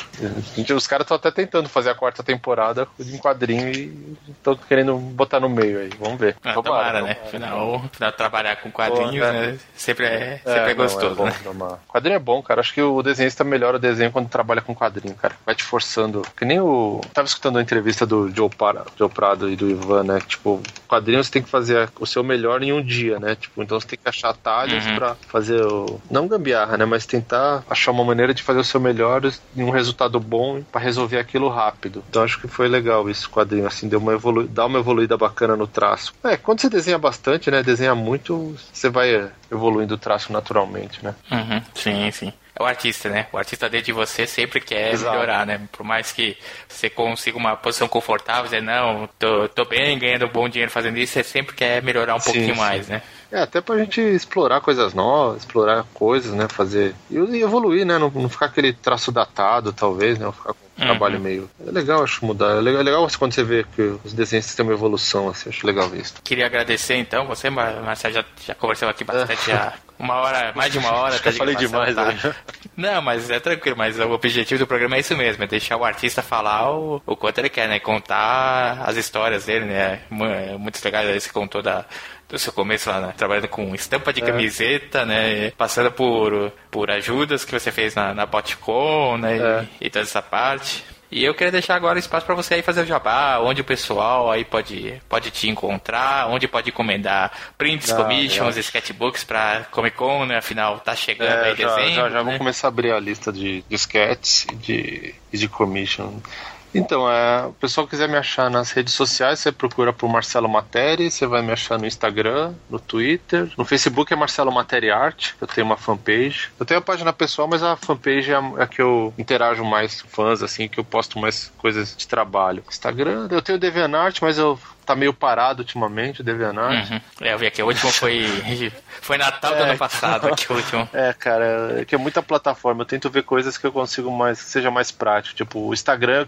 Os caras estão até tentando fazer a quarta temporada em quadrinho e estão querendo botar no meio aí, vamos ver. Tomara, né? Afinal, trabalhar com quadrinhos, né? Sempre é gostoso, bom, né? Quadrinho é bom, cara. Acho que o desenhista melhora o desenho quando trabalha com quadrinho, cara. Vai te forçando. Que nem tava escutando uma entrevista do Joe Prado e do Ivan, né? Tipo, quadrinhos você tem que fazer o seu melhor em um dia, né? Tipo, então você tem que achar atalhos pra fazer não gambiarra, né? Mas tentar achar uma maneira de fazer o seu melhor em um resultado bom pra resolver aquilo rápido. Então acho que foi legal esse quadrinho, assim, dá uma evoluída bacana no traço. Quando você desenha bastante, né? Desenha muito, você vai evoluindo o traço naturalmente, né? Sim. É o artista, né? O artista dentro de você sempre quer melhorar, né? Por mais que você consiga uma posição confortável, dizer, não, tô bem, ganhando bom dinheiro fazendo isso, você sempre quer melhorar um pouquinho mais, né? Até pra gente explorar coisas novas, explorar coisas, né? Fazer... E evoluir, né? Não ficar aquele traço datado, talvez, né? Ficar com um trabalho meio... É legal, acho, mudar. É legal quando você vê que os desenhos têm uma evolução, assim. Acho legal isso. Queria agradecer, então, você, Marcelo, já conversou aqui bastante, já uma hora, mais de uma hora. Acho que eu falei demais, tá? né? Não, mas é tranquilo, mas o objetivo do programa é isso mesmo, é deixar o artista falar o quanto ele quer, né? Contar as histórias dele, né? Muito legal, aí você contou do seu começo lá, né? Trabalhando com estampa de camiseta, né? Passando por ajudas que você fez na Botcon, né? E toda essa parte. E eu queria deixar agora espaço para você aí fazer o jabá, onde o pessoal aí pode te encontrar, onde pode encomendar prints, commissions, sketchbooks para Comic Con, né? Afinal, tá chegando aí dezembro. Já vou começar a abrir a lista de sketches e de commission. Então, o pessoal quiser me achar nas redes sociais, você procura por Marcelo Materi, você vai me achar no Instagram, no Twitter, no Facebook é Marcelo Materi Art, eu tenho uma fanpage. Eu tenho a página pessoal, mas a fanpage é a que eu interajo mais com fãs, assim, que eu posto mais coisas de trabalho. Instagram, eu tenho o DeviantArt, mas tá meio parado ultimamente, o DeviantArt. Eu vi aqui, o último foi Natal do ano passado, aqui o último. Cara, que é muita plataforma, eu tento ver coisas que eu consigo que seja mais prático, tipo, o Instagram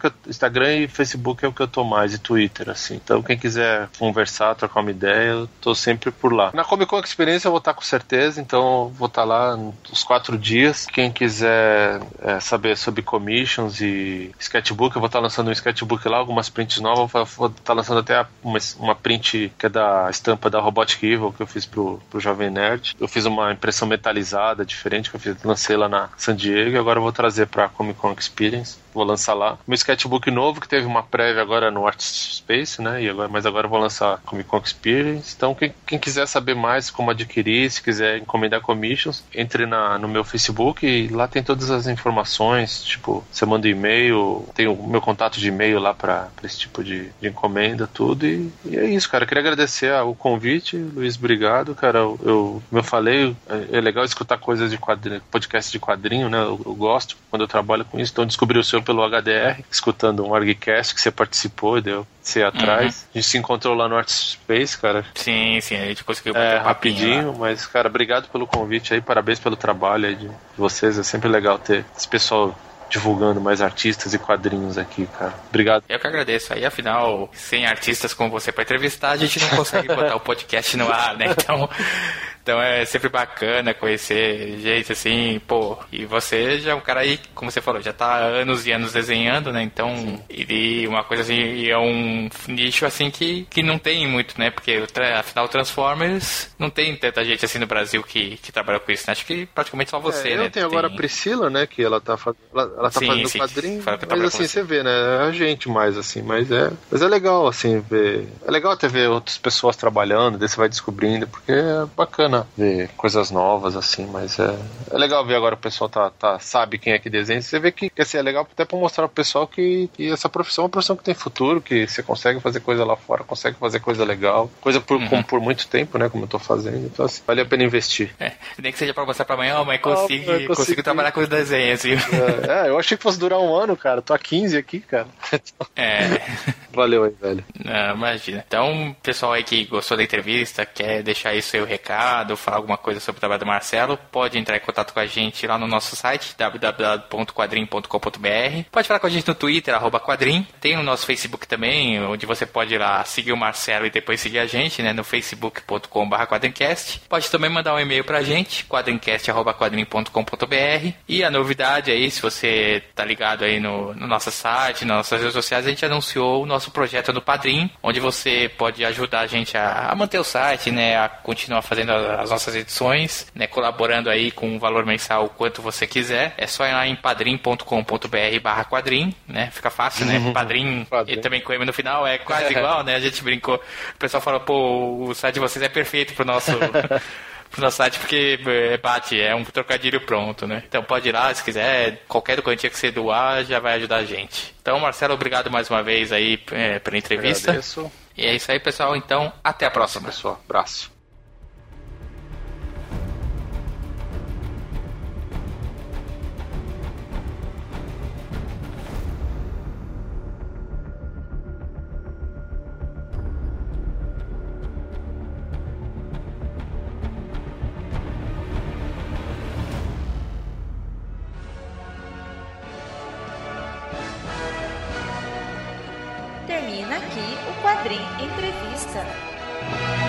e Facebook é o que eu tô mais, e Twitter, assim. Então, quem quiser conversar, trocar uma ideia, eu tô sempre por lá. Na Comic Con Experience eu vou estar com certeza, então eu vou estar lá uns 4 dias. Quem quiser saber sobre commissions e sketchbook, eu vou estar lançando um sketchbook lá, algumas prints novas, vou estar lançando até uma print que é da estampa da Robotic Evil que eu fiz pro Jovem Nerd. Eu fiz uma impressão metalizada diferente que eu lancei lá na San Diego e agora eu vou trazer pra Comic Con Experience. Vou lançar lá. Meu sketchbook novo, que teve uma prévia agora no Artist Space, né? Mas agora eu vou lançar Comic Con Experience. Então, quem quiser saber mais como adquirir, se quiser encomendar commissions, entre no meu Facebook e lá tem todas as informações. Tipo, você manda e-mail, tem o meu contato de e-mail lá pra esse tipo de encomenda, tudo. E é isso, cara. Eu queria agradecer o convite, Luiz, obrigado, cara. Como eu falei, é legal escutar coisas de quadrinho, podcast de quadrinho, né? Eu gosto quando eu trabalho com isso. Então, descobri o seu pelo HDR, escutando um ArgCast que você participou, deu você atrás. A gente se encontrou lá no Art Space, cara. Sim, a gente conseguiu bater rapidinho, mas, cara, obrigado pelo convite aí, parabéns pelo trabalho aí de vocês. É sempre legal ter esse pessoal divulgando mais artistas e quadrinhos aqui, cara. Obrigado. Eu que agradeço. Aí, afinal, sem artistas como você para entrevistar, a gente não consegue botar o podcast no ar, né? Então é sempre bacana conhecer gente assim, pô. E você já é um cara aí, como você falou, já tá há anos e anos desenhando, né? Então, e uma coisa assim, é um nicho assim que não tem muito, né? Porque afinal, Transformers não tem tanta gente assim no Brasil que trabalha com isso, né? Acho que praticamente só você, né? Eu tenho agora a Priscila, né? Que ela tá fazendo quadrinho. Mas assim, você vê, né? É a gente mais, assim. Mas é legal, assim, ver. É legal até ver outras pessoas trabalhando, daí você vai descobrindo, porque é bacana ver coisas novas, assim, mas é legal ver agora o pessoal sabe quem é que desenha. Você vê que assim, é legal até pra mostrar pro pessoal que essa profissão é uma profissão que tem futuro, que você consegue fazer coisa lá fora, consegue fazer coisa legal, coisa por muito tempo, né, como eu tô fazendo. Então, assim, vale a pena investir. Nem que seja pra mostrar pra amanhã, mas consigo trabalhar com os desenhos, assim. Eu achei que fosse durar um ano, cara. Tô há 15 aqui, cara. Valeu aí, velho. Não, imagina. Então, pessoal aí que gostou da entrevista, quer deixar aí seu recado, falar alguma coisa sobre o trabalho do Marcelo, pode entrar em contato com a gente lá no nosso site, www.quadrim.com.br. Pode falar com a gente no Twitter, @quadrim. Tem o nosso Facebook também, onde você pode ir lá seguir o Marcelo e depois seguir a gente, né, no facebook.com/quadrincast. Pode também mandar um e-mail pra gente, quadrincast@quadrim.com.br. E a novidade aí, se você tá ligado aí no nosso site, nas nossas redes sociais, a gente anunciou o nosso projeto no Padrim, onde você pode ajudar a gente a manter o site, né, a continuar fazendo as nossas edições, né, colaborando aí com um valor mensal o quanto você quiser. É só ir lá em padrim.com.br/quadrim, né, fica fácil, né, Padrim, e também com M no final, é quase igual, né, a gente brincou, o pessoal fala, pô, o site de vocês é perfeito pro nosso site, porque bate, é um trocadilho pronto, né? Então pode ir lá, se quiser, qualquer quantia que você doar já vai ajudar a gente. Então, Marcelo, obrigado mais uma vez aí pela entrevista. Agradeço. E é isso aí, pessoal. Então, até a próxima. Pessoal, abraço. Termina aqui o Quadrim Entrevista.